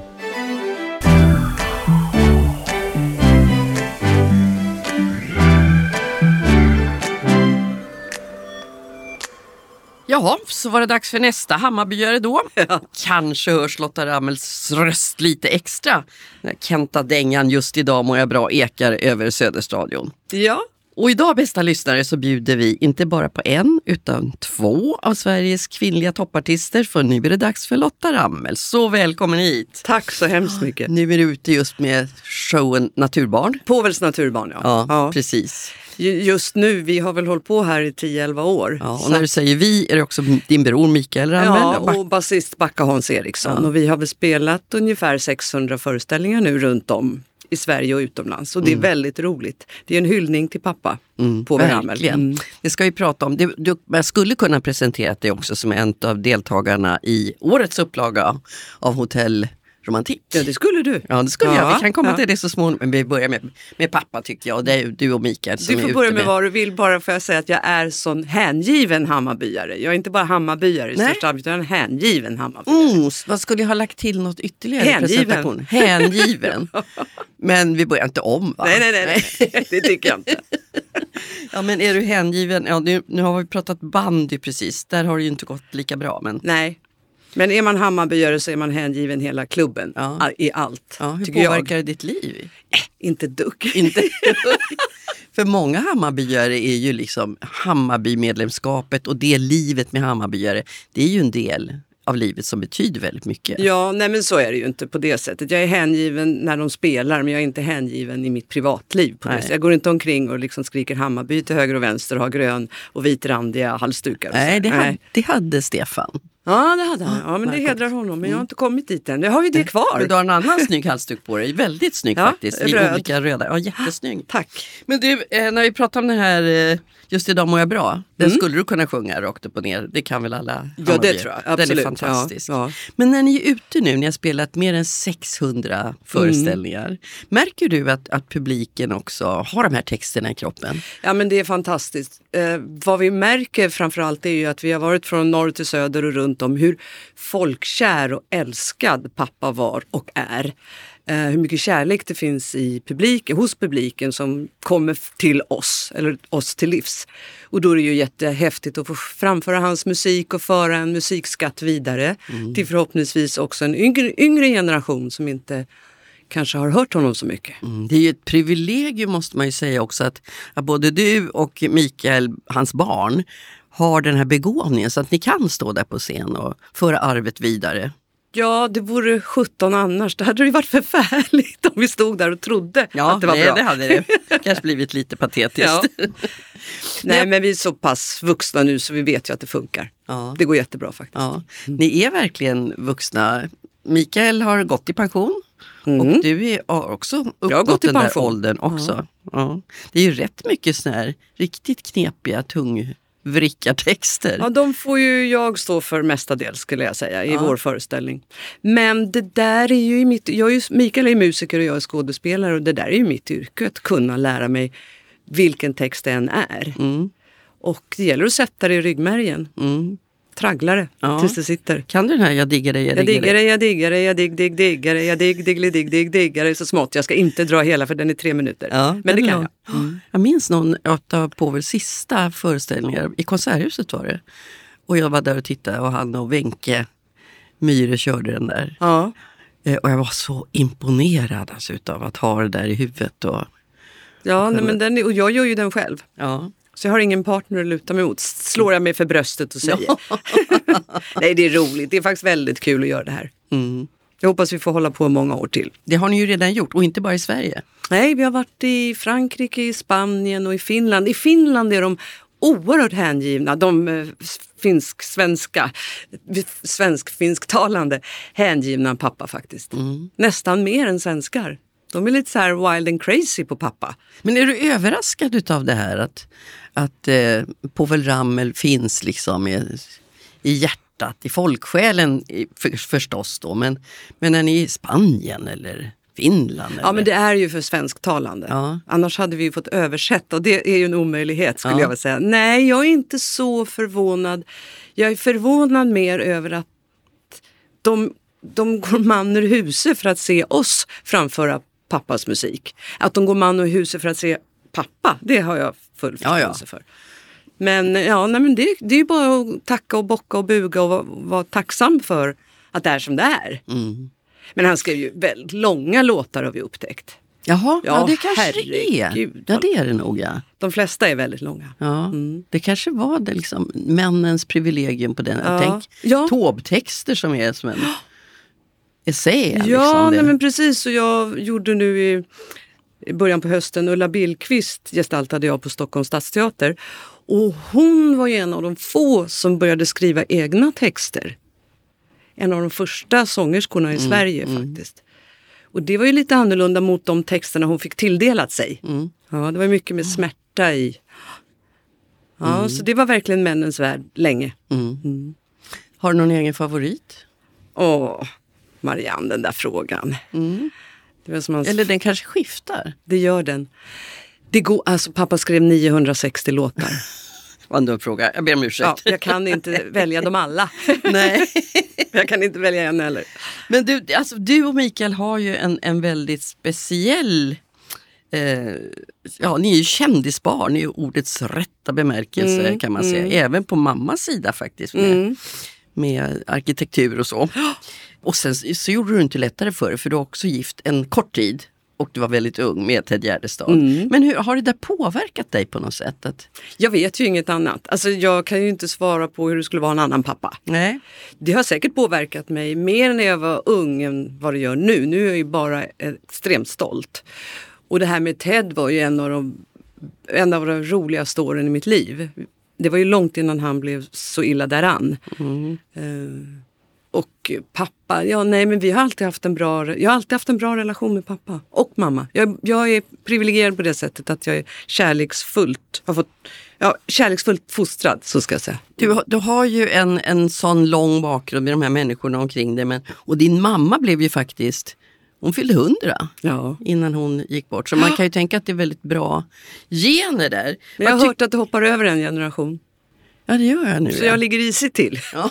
Jaha, så var det dags för nästa Hammarbyare då. Ja. Kanske hörs Lotta Rammels röst lite extra när Kenta Dängan just idag mår jag bra ekar över Söderstadion. Ja. Och idag, bästa lyssnare, så bjuder vi inte bara på en utan två av Sveriges kvinnliga toppartister, för nu är det dags för Lotta Rammel. Så välkommen hit. Tack så hemskt mycket. Nu är du ute just med showen Naturbarn. Påvels Naturbarn, ja. Ja, ja. Precis. Just nu, vi har väl hållit på här i tio elva år. Ja, och när du säger vi, är det också din bror Mikael Rammel? Ja, och basist Backa Hans Eriksson. Ja. Och vi har väl spelat ungefär sexhundra föreställningar nu runt om i Sverige och utomlands. Och det är mm. väldigt roligt. Det är en hyllning till pappa mm, på Rammel. Mm. Det ska vi prata om. Du, du, jag skulle kunna presentera dig också som en av deltagarna i årets upplaga av Hotell Romantik. Ja, det skulle du. Ja, det skulle ja, jag. Vi kan komma ja. till det så småningom. Men vi börjar med, med pappa, tycker jag. Och det är du och Mikael som Du får är börja ute med vad du vill. Bara för att säga att jag är sån hängiven Hammarbyare. Jag är inte bara Hammarbyare i största allmänhet, utan en hängiven Hammarbyare. Mm, vad skulle jag ha lagt till något ytterligare? Hängiven. Hängiven. Men vi börjar inte om, va? Nej, nej, nej. nej. Det tycker jag inte. Ja, men är du hängiven? Ja, nu, nu har vi pratat bandy precis. Där har det ju inte gått lika bra. Men... Nej. Men är man Hammarbyare så är man hängiven hela klubben, ja. I allt. Ja, hur påverkar det ditt liv? Äh, inte dugg. Inte dugg. För många Hammarbyare är ju liksom Hammarby-medlemskapet, och det livet med Hammarbyare, det är ju en del av livet som betyder väldigt mycket. Ja, nej men så är det ju inte på det sättet. Jag är hängiven när de spelar, men jag är inte hängiven i mitt privatliv på det sättet. Jag går inte omkring och liksom skriker Hammarby till höger och vänster och har grön och vitrandiga halsdukar. Och nej, det nej. Hade, det hade Stefan. Ja, det hade han. Ja, men det hedrar honom. Men jag har inte kommit dit än. Jag har ju det kvar. Men du har en annan snygg halsduk på dig. Väldigt snygg ja, faktiskt. I röd. olika röda. Ja, jättesnygg. Tack. Men du, när vi pratar om den här Just idag mår jag bra. Den mm. skulle du kunna sjunga rakt upp och ner. Det kan väl alla. Ja, det tror jag. Absolut. Den är fantastisk. Ja, ja. Men när ni är ute nu, ni har spelat mer än sexhundra föreställningar. Mm. Märker du att, att publiken också har de här texterna i kroppen? Ja, men det är fantastiskt. Eh, vad vi märker framförallt är ju att vi har varit från norr till söder och runt om hur folkkär och älskad pappa var och är. Uh, hur mycket kärlek det finns i publiken, hos publiken som kommer till oss, eller oss till livs. Och då är det ju jättehäftigt att få framföra hans musik och föra en musikskatt vidare mm. till förhoppningsvis också en yngre, yngre generation som inte kanske har hört honom så mycket. Mm, det är ju ett privilegium, måste man ju säga också, att, att både du och Mikael, hans barn, har den här begåvningen så att ni kan stå där på scen och föra arvet vidare. Ja, det vore sjutton annars. Det hade ju varit förfärligt om vi stod där och trodde ja, att det var nej, bra. det hade det kanske blivit lite patetiskt. Ja. Nej, men vi är så pass vuxna nu så vi vet ju att det funkar. Ja. Det går jättebra faktiskt. Ja. Ni är verkligen vuxna. Mikael har gått i pension. Mm. Och du är också uppnått den där åldern också. Ja. Ja. Det är ju rätt mycket sån här riktigt knepiga tung... vrickartexter. Ja, de får ju jag stå för mestadels skulle jag säga i ja. vår föreställning. Men det där är ju i mitt, jag är ju, Mikael är musiker och jag är skådespelare och det där är ju mitt yrke, att kunna lära mig vilken text det än är. Mm. Och det gäller att sätta det i ryggmärgen. Mm. tragglare Ja. tills det sitter. Kan du den här jag diggar dig, jag Jag diggar diggar dig? dig, jag diggar dig, jag digg, digg, diggar dig, jag digg, diggli, digg, digg, diggar dig så smått. Jag ska inte dra hela för den är tre minuter. Ja, Men det den är kan lång. jag. Mm. Jag minns någon av Povels sista föreställningar, i Konserthuset var det. Och jag var där och tittade och han och Wenche Myhre körde den där. Ja. Eh, Och jag var så imponerad alltså, utav att ha det där i huvudet. Och, Ja, nej, men den är, och jag gör ju den själv. ja. Så jag har ingen partner att luta mig mot. Slår jag mig för bröstet och säger. Nej, det är roligt. Det är faktiskt väldigt kul att göra det här. Mm. Jag hoppas vi får hålla på många år till. Det har ni ju redan gjort och inte bara i Sverige. Nej, vi har varit i Frankrike, i Spanien och i Finland. I Finland är de oerhört hängivna. De eh, finsk-svenska, svensk-finsktalande hängivna pappa faktiskt. Mm. Nästan mer än svenskar. De är lite så här wild and crazy på pappa. Men är du överraskad utav det här att, att eh, Povel Ramel finns liksom i, i hjärtat, i folksjälen i, för, förstås då, men, men när ni är i Spanien eller Finland? Ja, eller? men det är ju för svensktalande. Ja. Annars hade vi ju fått översätta och det är ju en omöjlighet skulle Ja. jag vilja säga. Nej, jag är inte så förvånad. Jag är förvånad mer över att de, de går man ur huset för att se oss framföra pappas musik. Att de går man ur huset för att se pappa, det har jag full Ja, ja. förståelse för. Men ja, nej, men det, det är ju bara att tacka och bocka och buga och vara, vara tacksam för att det är som det är. Mm. Men han skrev ju väldigt långa låtar har vi upptäckt. Jaha, ja, Ja, det kanske det är. herregud. Ja, det är det nog, ja. De flesta är väldigt långa. Ja, Mm. det kanske var det liksom männens privilegium på den. Ja. Tänk Ja. Taube-texter som är som en essä. Ja, liksom, det. nej, men precis. Och jag gjorde nu i, i början på hösten, Ulla Billqvist gestaltade jag på Stockholms stadsteater. Och hon var ju en av de få som började skriva egna texter. En av de första sångerskorna i Sverige faktiskt. Och det var ju lite annorlunda mot de texterna hon fick tilldelat sig. Mm. Ja, det var mycket med smärta i. Ja, så det var verkligen männens värld länge. Mm. Har du någon egen favorit? Åh, Marianne, den där frågan. Det var som hans... Eller den kanske skiftar? Det gör den. Det går, alltså pappa skrev niohundrasextio låtar. Vad en dum fråga, jag ber om ursäkt. Ja, jag kan inte välja dem alla. Nej. Jag kan inte välja en heller. Men du, alltså, du och Mikael har ju en, en väldigt speciell... Eh, ja, ni är ju kändisbarn i ordets rätta bemärkelse Mm, kan man säga. Även på mammas sida faktiskt. Med, Mm. med arkitektur och så. Och sen så gjorde du det inte lättare för dig, för du har också gift en kort tid. Och du var väldigt ung med Ted Gärdestad. Mm. Men hur har det där påverkat dig på något sätt? Att, Jag vet ju inget annat. Alltså, jag kan ju inte svara på hur det skulle vara en annan pappa. nej. Det har säkert påverkat mig mer när jag var ung än vad det gör nu. Nu är jag ju bara extremt stolt. Och det här med Ted var ju en av de, en av de roligaste åren i mitt liv. Det var ju långt innan han blev så illa däran. Mm. Uh, och pappa, ja nej men vi har alltid haft en bra, jag har alltid haft en bra relation med pappa och mamma. Jag, jag är privilegierad på det sättet att jag är kärleksfullt, har fått, ja, kärleksfullt fostrad, så ska jag säga. Du, har- du har ju en, en sån lång bakgrund med de här människorna omkring dig. Men, och din mamma blev ju faktiskt, hon fyllde hundra Ja. innan hon gick bort. Så man kan ju tänka att det är väldigt bra gener där. Men jag Vad har ty- hört att det hoppar över en generation. Ja, det gör jag nu. Så ja. jag ligger risigt till. Ja.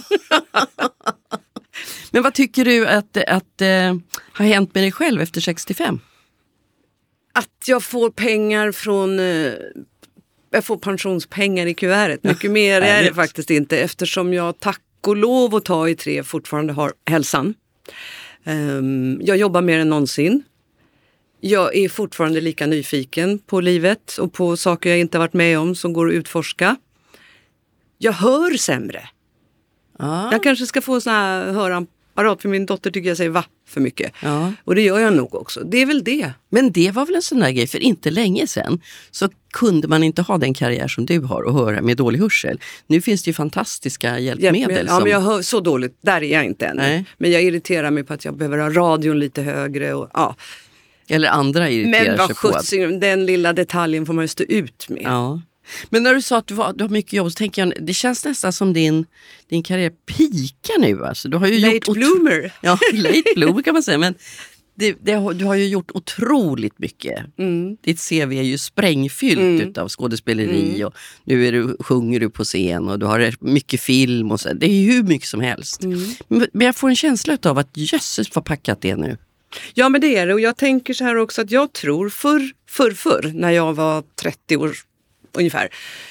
Men vad tycker du att, att eh, har hänt med dig själv efter sextiofem? Att jag får pengar från, eh, jag får pensionspengar i kuvertet. Mycket mer är det härligt. faktiskt inte, eftersom jag tack och lov att ta i tre fortfarande har hälsan. Ehm, jag jobbar mer än någonsin. Jag är fortfarande lika nyfiken på livet och på saker jag inte har varit med om som går att utforska. Jag hör sämre. Ja. Jag kanske ska få sån här hörapparat, för min dotter tycker jag säger va för mycket. Ja. Och det gör jag nog också. Det är väl det. Men det var väl en sån där grej, för inte länge sedan så kunde man inte ha den karriär som du har och höra med dålig hörsel. Nu finns det ju fantastiska hjälpmedel. Hjälpmedel. Ja, som... men jag hör så dåligt. Där är jag inte än. Nej. Men jag irriterar mig på att jag behöver ha radion lite högre. Och, ja. Eller andra irriterar Men sig vad på att... skjutsing, den lilla detaljen får man ju stå ut med. Ja. Men när du sa att du, var, du har mycket jobb så tänker jag, det känns nästan som din, din karriär pikar nu. Alltså. Du har ju Late gjort otro- bloomer. Ja, late bloomer kan man säga. Men Det, det, har- du har ju gjort otroligt mycket. Mm. Ditt C V är ju sprängfyllt Mm. utav skådespeleri och nu är du, sjunger du på scen och du har mycket film och så. Det är ju hur mycket som helst. Mm. Men men jag får en känsla av att jösses vad packat det är nu. Ja, men det är det. Och jag tänker så här också att jag tror förr, förr, förr när jag var trettio år ungefär.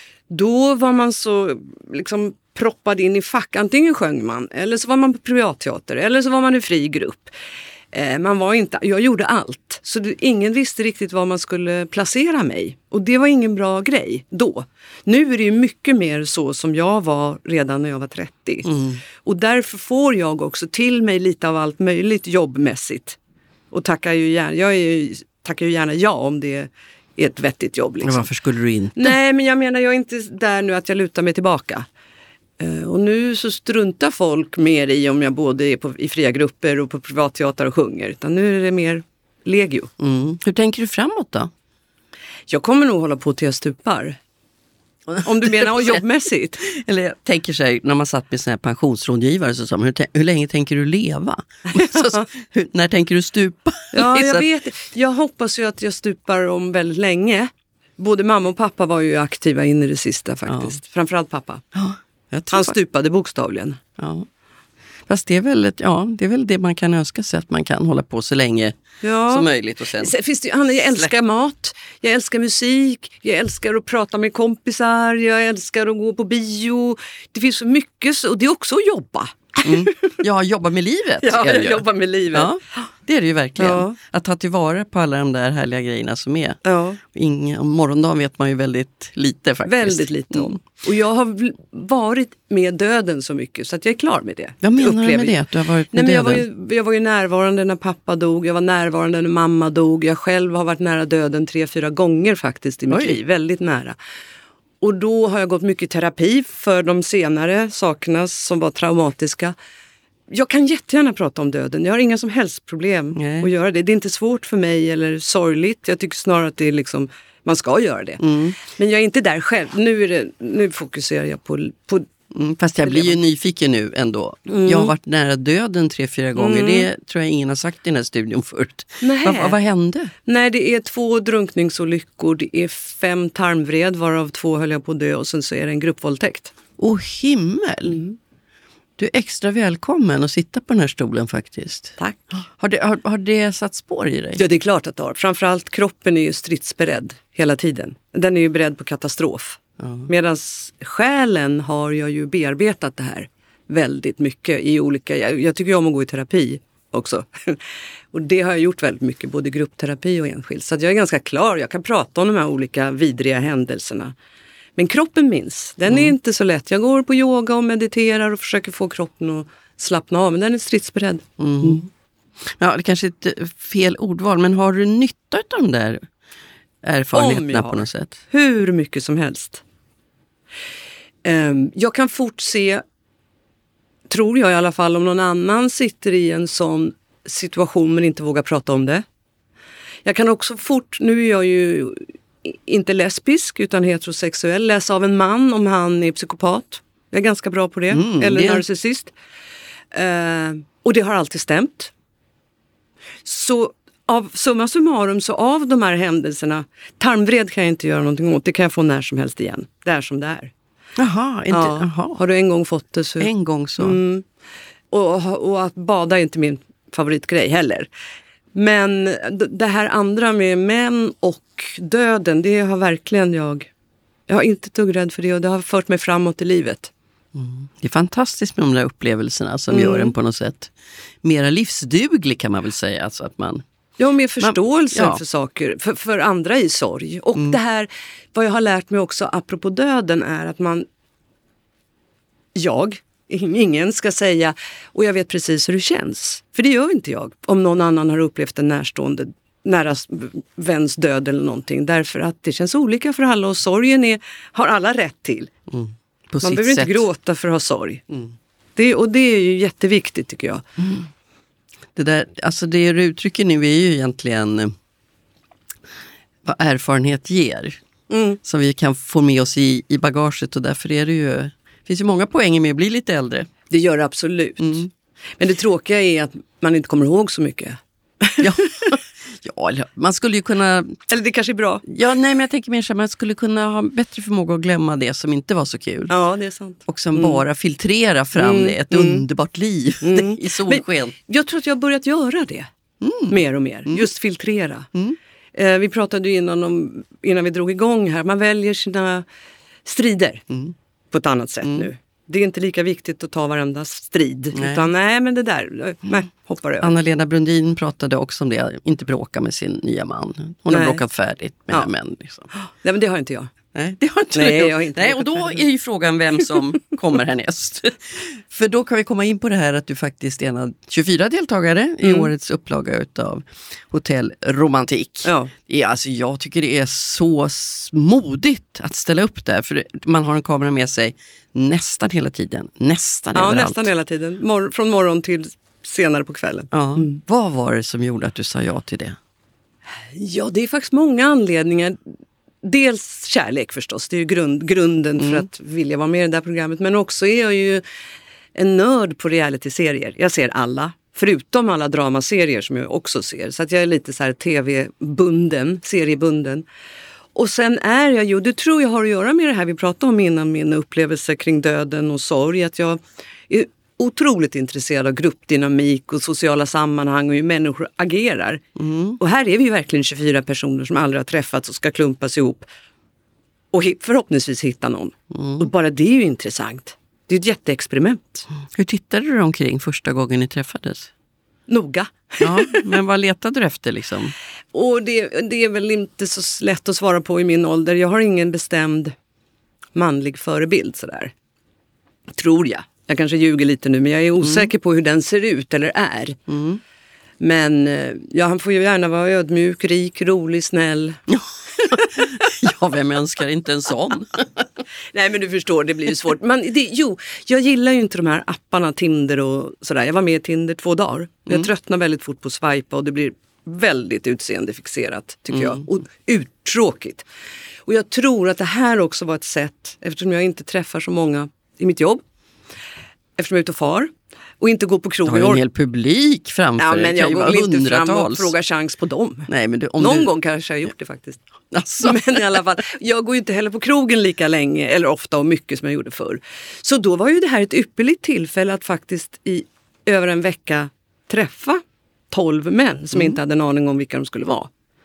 Då var man så liksom proppad in i fack. Antingen sjöng man eller så var man på privatteater eller så var man i fri grupp. Eh, man var inte, jag gjorde allt. Så det, ingen visste riktigt var man skulle placera mig. Och det var ingen bra grej då. Nu är det ju mycket mer så som jag var redan när jag var trettio. Mm. Och därför får jag också till mig lite av allt möjligt jobbmässigt. Och tackar ju gärna, jag är ju, tackar ju gärna ja om det är ett vettigt jobb. Men Liksom. varför skulle du inte? Nej, men jag menar jag är inte där nu att jag lutar mig tillbaka. Eh, och nu så struntar folk mer i om jag både är på, i fria grupper och på privatteater och sjunger. Utan nu är det mer legio. Mm. Hur tänker du framåt då? Jag kommer nog hålla på till jag stupar. Om du menar jobbmässigt. Eller jag tänker så här, när man satt med såna här pensionsrådgivare så sa man, hur, tä- hur länge tänker du leva? så, hur, när tänker du stupa? Ja, Så jag att- vet. Jag hoppas ju att jag stupar om väldigt länge. Både mamma och pappa var ju aktiva in i det sista faktiskt. Framförallt pappa. Ja, jag tror Han fakt- stupade bokstavligen. Ja. Fast det är, väl ett, ja, det är väl det man kan önska sig, att man kan hålla på så länge Ja. som möjligt. Och sen, Sen finns det, ju- Hanna, jag älskar mat, jag älskar musik, jag älskar att prata med kompisar, jag älskar att gå på bio. Det finns så mycket, så- och det är också att jobba. mm. Ja, jobba med livet. Ja, ska du jag göra. jobbar med livet. Ja, det är det ju verkligen. Ja. Att ta tillvara på alla de där härliga grejerna som är. Ja, Ingen, om morgondagen vet man ju väldigt lite faktiskt. väldigt lite om. Mm. Och jag har vl- varit med döden så mycket så att jag är klar med det. Vad menar du Upplever med det? jag. Att du har varit Nej, med men jag, var döden? ju, jag var ju närvarande när pappa dog, jag var närvarande när mamma dog. Jag själv har varit nära döden tre, fyra gånger faktiskt i mitt Oj. liv, väldigt nära. Och då har jag gått mycket terapi för de senare sakerna som var traumatiska. Jag kan jättegärna prata om döden, jag har inga som helst problem Nej. att göra det. Det är inte svårt för mig eller sorgligt, jag tycker snarare att det är liksom, man ska göra det. Mm. Men jag är inte där själv, nu, är det, nu fokuserar jag på, på Mm, fast jag blir ju nyfiken nu ändå. Mm. Jag har varit nära döden tre, fyra gånger. Mm. Det tror jag ingen har sagt i den här studion förut. Nej. Vad, vad, vad hände? Nej, det är två drunkningsolyckor, det är fem tarmvred varav två höll jag på att dö och sen så är det en gruppvåldtäkt. Åh himmel! Mm. Du är extra välkommen att sitta på den här stolen faktiskt. Tack. Har det, har, har det satt spår i dig? Ja, det är klart att det har. Framförallt kroppen är ju stridsberedd hela tiden. Den är ju beredd på katastrof. Ja. Medan själen har jag ju bearbetat det här väldigt mycket i olika... Jag, jag tycker ju om att gå i terapi också. Och det har jag gjort väldigt mycket, både gruppterapi och enskild. Så att jag är ganska klar, jag kan prata om de här olika vidriga händelserna. Men kroppen minns, den är inte så lätt. Jag går på yoga och mediterar och försöker få kroppen att slappna av, men den är stridsberedd. Mm. Ja, det kanske är ett fel ordval, men har du nytta av de där Om jag erfarenheterna har. på något sätt? Hur mycket som helst. Ehm, jag kan fort se, tror jag i alla fall, om någon annan sitter i en sån situation men inte vågar prata om det. Jag kan också fort, nu är jag ju inte lesbisk utan heterosexuell, läsa av en man om han är psykopat. Jag är ganska bra på det. Mm, Eller det- narcissist. Ehm, och det har alltid stämt. Så av summa summarum, så av de här händelserna, tarmvred kan jag inte göra någonting åt, det kan jag få när som helst igen. Det är som det är. Jaha, inte, Ja. jaha. Har du en gång fått det så... En gång så. Mm. Och, och att bada är inte min favoritgrej heller. Men d- det här andra med män och döden, det har verkligen jag... Jag har inte ett dugg rädd för det och det har fört mig framåt i livet. Det är fantastiskt med de där upplevelserna som Mm. gör en på något sätt mera livsduglig, kan man väl säga. Alltså att man, Jag har mer förståelse ja. för saker, för, för andra i sorg. Och det här, vad jag har lärt mig också apropå döden är att man... Jag, ingen ska säga, och jag vet precis hur det känns. För det gör inte jag. Om någon annan har upplevt en närstående, nära väns död eller någonting. Därför att det känns olika för alla och sorgen är, har alla rätt till. på Man sitt behöver inte sätt. gråta för att ha sorg. Det, och det är ju jätteviktigt tycker jag. Det, där, alltså det du uttrycker nu är ju egentligen eh, vad erfarenhet ger. Mm. Som vi kan få med oss i, i bagaget, och därför är det ju, det finns ju många poänger med att bli lite äldre. Det gör det absolut. Mm. Men det tråkiga är att man inte kommer ihåg så mycket. Ja. Ja, man skulle ju kunna... Eller det kanske är bra. Ja, nej, men jag tänker mer så att man skulle kunna ha bättre förmåga att glömma det som inte var så kul. Ja, det är sant. Och sen Mm. bara filtrera fram Mm. det, ett Mm. underbart liv Mm. i solsken. Men jag tror att jag har börjat göra det. Mm. Mer och mer. Just filtrera. Mm. Eh, vi pratade ju innan, om, innan vi drog igång här. Man väljer sina strider Mm. på ett annat sätt Mm. nu. Det är inte lika viktigt att ta varenda strid. Nej. Utan nej, men det där, nej, hoppar över. Anna-Lena Brundin pratade också om det, inte bråka med sin nya man. Hon Nej. har bråkat färdigt med Ja. män. Liksom. Nej, men det har inte jag. Nej, det har inte Nej, du. jag har inte Nej, bråkat och då färdigt. är ju frågan vem som kommer härnäst. För då kan vi komma in på det här att du faktiskt är en av tjugofyra deltagare i Mm. årets upplaga utav Hotell Romantik. Ja. Ja, alltså jag tycker det är så s- modigt att ställa upp där. För man har en kamera med sig nästan hela tiden. Nästan Ja, överallt. nästan hela tiden. Mor- från morgon till senare på kvällen. Ja. Vad var det som gjorde att du sa ja till det? Ja, det är faktiskt många anledningar. Dels kärlek förstås, det är ju grund, grunden för att vilja vara med i det där programmet. Men också är jag ju en nörd på reality-serier. Jag ser alla, förutom alla dramaserier som jag också ser. Så att jag är lite så här tv-bunden, seriebunden. Och sen är jag ju, det tror jag har att göra med det här vi pratade om innan, min upplevelse kring döden och sorg. Att jag är otroligt intresserad av gruppdynamik och sociala sammanhang och hur människor agerar. Mm. Och här är vi ju verkligen tjugofyra personer som aldrig har träffats och ska klumpas ihop och hi- förhoppningsvis hitta någon. Och bara det är ju intressant. Det är ett jätteexperiment. Hur tittade du omkring första gången ni träffades? Noga. Ja, men vad letade du efter liksom? Och det, det är väl inte så lätt att svara på i min ålder. Jag har ingen bestämd manlig förebild sådär. Tror jag. Jag kanske ljuger lite nu, men jag är osäker på hur den ser ut eller är. Mm. Men eh, ja, han får ju gärna vara ödmjuk, rik, rolig, snäll. Ja, vem önskar inte en sån? Nej, men du förstår, det blir ju svårt. Men det, jo, jag gillar ju inte de här apparna, Tinder och sådär. Jag var med i Tinder två dagar. Jag tröttnar väldigt fort på att swipa och det blir väldigt utseendefixerat, tycker jag. Och uttråkigt. Och jag tror att det här också var ett sätt, eftersom jag inte träffar så många i mitt jobb, eftersom jag är ute och far, och inte går på Du krogen. har ju en hel publik framför Ja, dig. men Det kan jag ju går vara inte fram och hundratals. frågar chans på dem. Nej, men du, om Någon du... gång kanske jag har gjort det faktiskt. Alltså. Men i alla fall, jag går ju inte heller på krogen lika länge eller ofta och mycket som jag gjorde förr. Så då var ju det här ett ypperligt tillfälle att faktiskt i över en vecka träffa tolv män som inte hade en aning om vilka de skulle vara.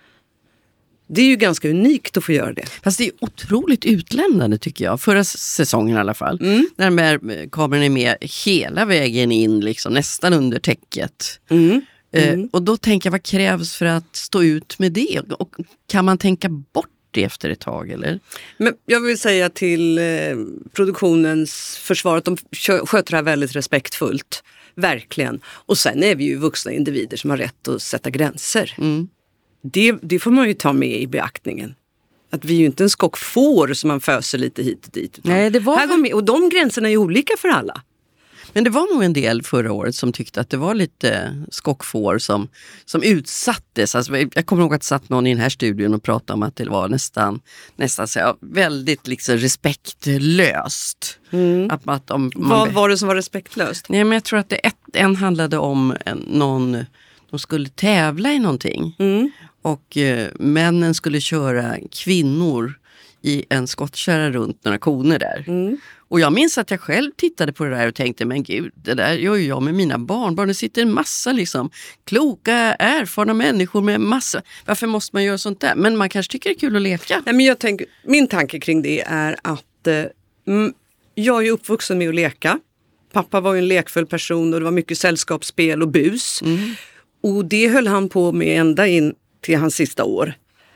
Det är ju ganska unikt att få göra det. Fast det är otroligt utlämnande tycker jag. Förra säsongen i alla fall. Mm. När de här kameran är med hela vägen in, liksom, nästan under täcket. Mm. Eh, och då tänker jag, vad krävs för att stå ut med det? Och kan man tänka bort det efter ett tag, eller? Men jag vill säga till eh, produktionens försvar att de kö- sköter det här väldigt respektfullt. Verkligen. Och sen är vi ju vuxna individer som har rätt att sätta gränser. Mm. Det, det får man ju ta med i beaktningen. Att vi är ju inte en skock får som man föser lite hit och dit. Utan Nej, det var här går med, och de gränserna är olika för alla. Men det var nog en del förra året som tyckte att det var lite skockfår som, som utsattes. Alltså, jag kommer ihåg att satt någon i den här studion och pratade om att det var nästan, nästan så, ja, väldigt liksom respektlöst. Att, att om man Vad var det som var respektlöst? Nej, men jag tror att det ett, en handlade om en, någon, de skulle tävla i någonting. Mm. Och eh, männen skulle köra kvinnor i en skottkärra runt några koner där. Mm. Och jag minns att jag själv tittade på det där och tänkte, men gud, det där gör ju jag med mina barnbarn. Det sitter en massa liksom kloka, erfarna människor med massa. Varför måste man göra sånt där? Men man kanske tycker det är kul att leka. Nej, men jag tänker, min tanke kring det är att eh, mm, jag är ju uppvuxen med att leka. Pappa var ju en lekfull person och det var mycket sällskapsspel och bus. Mm. Och det höll han på med ända in till hans sista år.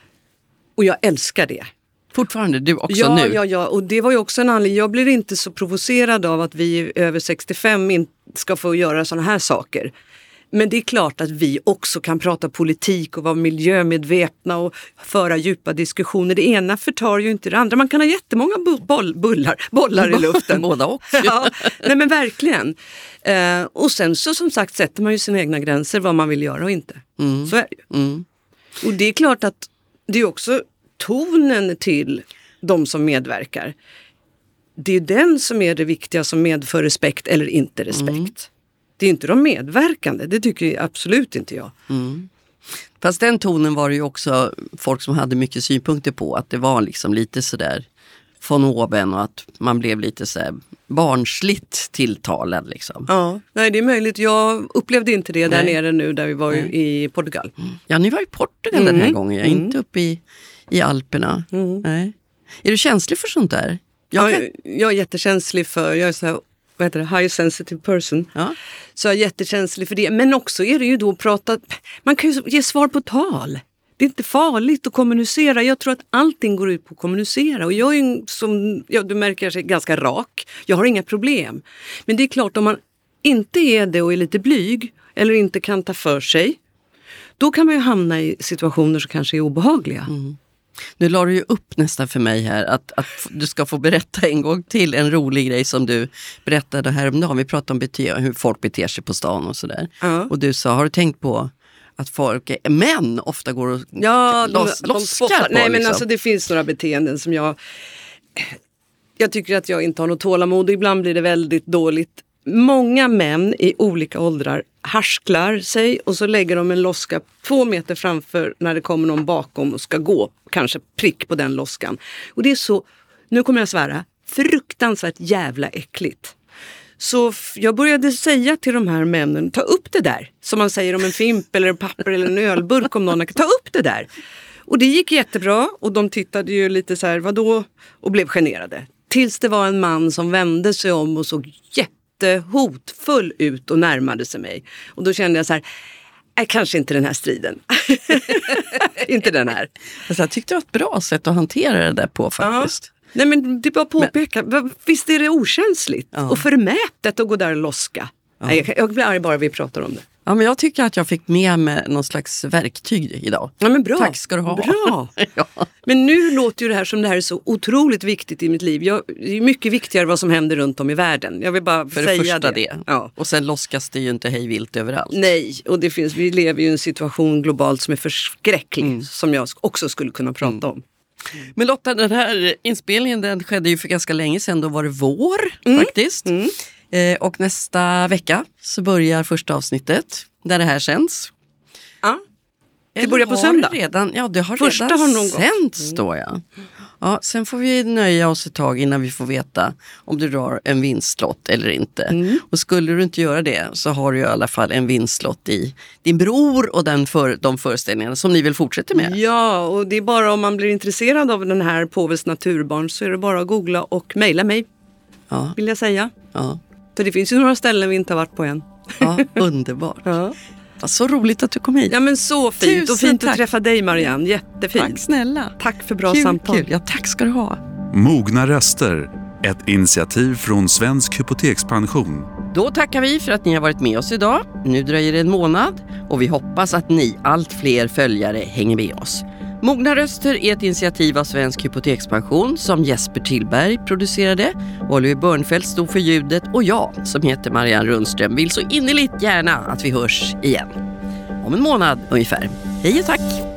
Och jag älskar det. Fortfarande, du också Ja, nu. ja, ja, och det var ju också en anledning. Jag blir inte så provocerad av att vi över sextiofem inte ska få göra såna här saker. Men det är klart att vi också kan prata politik och vara miljömedvetna och föra djupa diskussioner. Det ena förtar ju inte det andra. Man kan ha jättemånga bu- boll, bullar, bollar i luften. Båda och. Ja, nej men verkligen. Eh, och sen så som sagt sätter man ju sina egna gränser vad man vill göra och inte. Mm. Så är det ju. Mm. Och det är klart att det är också tonen till de som medverkar. Det är den som är det viktiga som medför respekt eller inte respekt. Det är inte de medverkande, det tycker absolut inte jag. Mm. Fast den tonen var det ju också folk som hade mycket synpunkter på. Att det var liksom lite sådär von oben och att man blev lite så här barnsligt tilltalad liksom. Ja, nej det är möjligt. Jag upplevde inte det där Nej. nere nu där vi var Nej. i Portugal. Ja, ni var i Portugal Mm. den här gången. Jag är Mm. inte uppe i, i Alperna. Mm. Nej. Är du känslig för sånt där? Jag kan... Jag, jag är jättekänslig för, jag är så här, vad heter det, high sensitive person. Ja. Så jag är jättekänslig för det. Men också är det ju då prata, man kan ju ge svar på tal. Det är inte farligt att kommunicera. Jag tror att allting går ut på att kommunicera. Och jag är en, som ja, du märker, jag är ganska rak. Jag har inga problem. Men det är klart, om man inte är det och är lite blyg eller inte kan ta för sig, då kan man ju hamna i situationer som kanske är obehagliga. Mm. Nu la du ju upp nästan för mig här att, att du ska få berätta en gång till en rolig grej som du berättade häromdagen. Vi pratade om bete- hur folk beter sig på stan och sådär. Ja. Och du sa, har du tänkt på att folk, män ofta går och Ja, loss, de, de loskar spottar. på Nej, men liksom. alltså det finns några beteenden som jag... Jag tycker att jag inte har något tålamod och ibland blir det väldigt dåligt. Många män i olika åldrar harsklar sig och så lägger de en loska två meter framför när det kommer någon bakom och ska gå. Kanske prick på den loskan. Och det är så, nu kommer jag svära, fruktansvärt jävla äckligt. Så f- jag började säga till de här männen, ta upp det där. Som man säger om en fimp eller en papper eller en ölburk om någon. Ta upp det där. Och det gick jättebra och de tittade ju lite så här, vadå? Och blev generade. Tills det var en man som vände sig om och såg jättehotfull ut och närmade sig mig. Och då kände jag så här, nej, kanske inte den här striden. Inte den här. Alltså, jag tyckte det var ett bra sätt att hantera det där på faktiskt. Ja. Nej, men det är bara att påpeka. Men, visst är det okänsligt Ja. och förmätet att gå där och loska. Ja. Nej, jag, jag blir arg bara vi pratar om det. Ja, men jag tycker att jag fick med mig någon slags verktyg idag. Ja, men bra. Tack ska du ha. Bra. Ja. Men nu låter ju det här som det här är så otroligt viktigt i mitt liv. Jag, det är mycket viktigare vad som händer runt om i världen. Jag vill bara För det säga första det. det. Ja. Och sen loskas det ju inte hej vilt överallt. Nej, och det finns, vi lever ju i en situation globalt som är förskräcklig. Mm. Som jag också skulle kunna prata Mm. om. Men Lotta, den här inspelningen den skedde ju för ganska länge sedan. Då var det vår Mm. faktiskt. Mm. Eh, och nästa vecka så börjar första avsnittet där det här sänds. Ja. Det Eller börjar på har söndag. det Redan, ja, det har Första redan har någon gång. sänds då, ja. Ja. Sen får vi nöja oss ett tag innan vi får veta om du drar en vinstlott eller inte. Mm. Och skulle du inte göra det så har du i alla fall en vinstlott i din bror och den för, de föreställningarna som ni vill fortsätta med. Ja, och det är bara om man blir intresserad av den här Påves naturbarn så är det bara att googla och mejla mig, Ja, vill jag säga. ja, För det finns ju några ställen vi inte har varit på än. ja, underbart. Ja, Vad så roligt att du kom hit. ja men så fint. Tusen och fint tack. att träffa dig, Marianne. Jättefint. Tack snälla. Tack för bra Kul, samtal. kul. Ja, tack ska du ha. Mogna röster, ett initiativ från Svensk Hypotekspension. Då tackar vi för att ni har varit med oss idag. Nu dröjer det en månad och vi hoppas att ni, allt fler följare, hänger med oss. Mogna röster är ett initiativ av Svensk Hypotekspension som Jesper Tillberg producerade. Oliver Börnfeldt stod för ljudet och jag, som heter Marianne Rundström, vill så innerligt gärna att vi hörs igen. Om en månad ungefär. Hej och tack!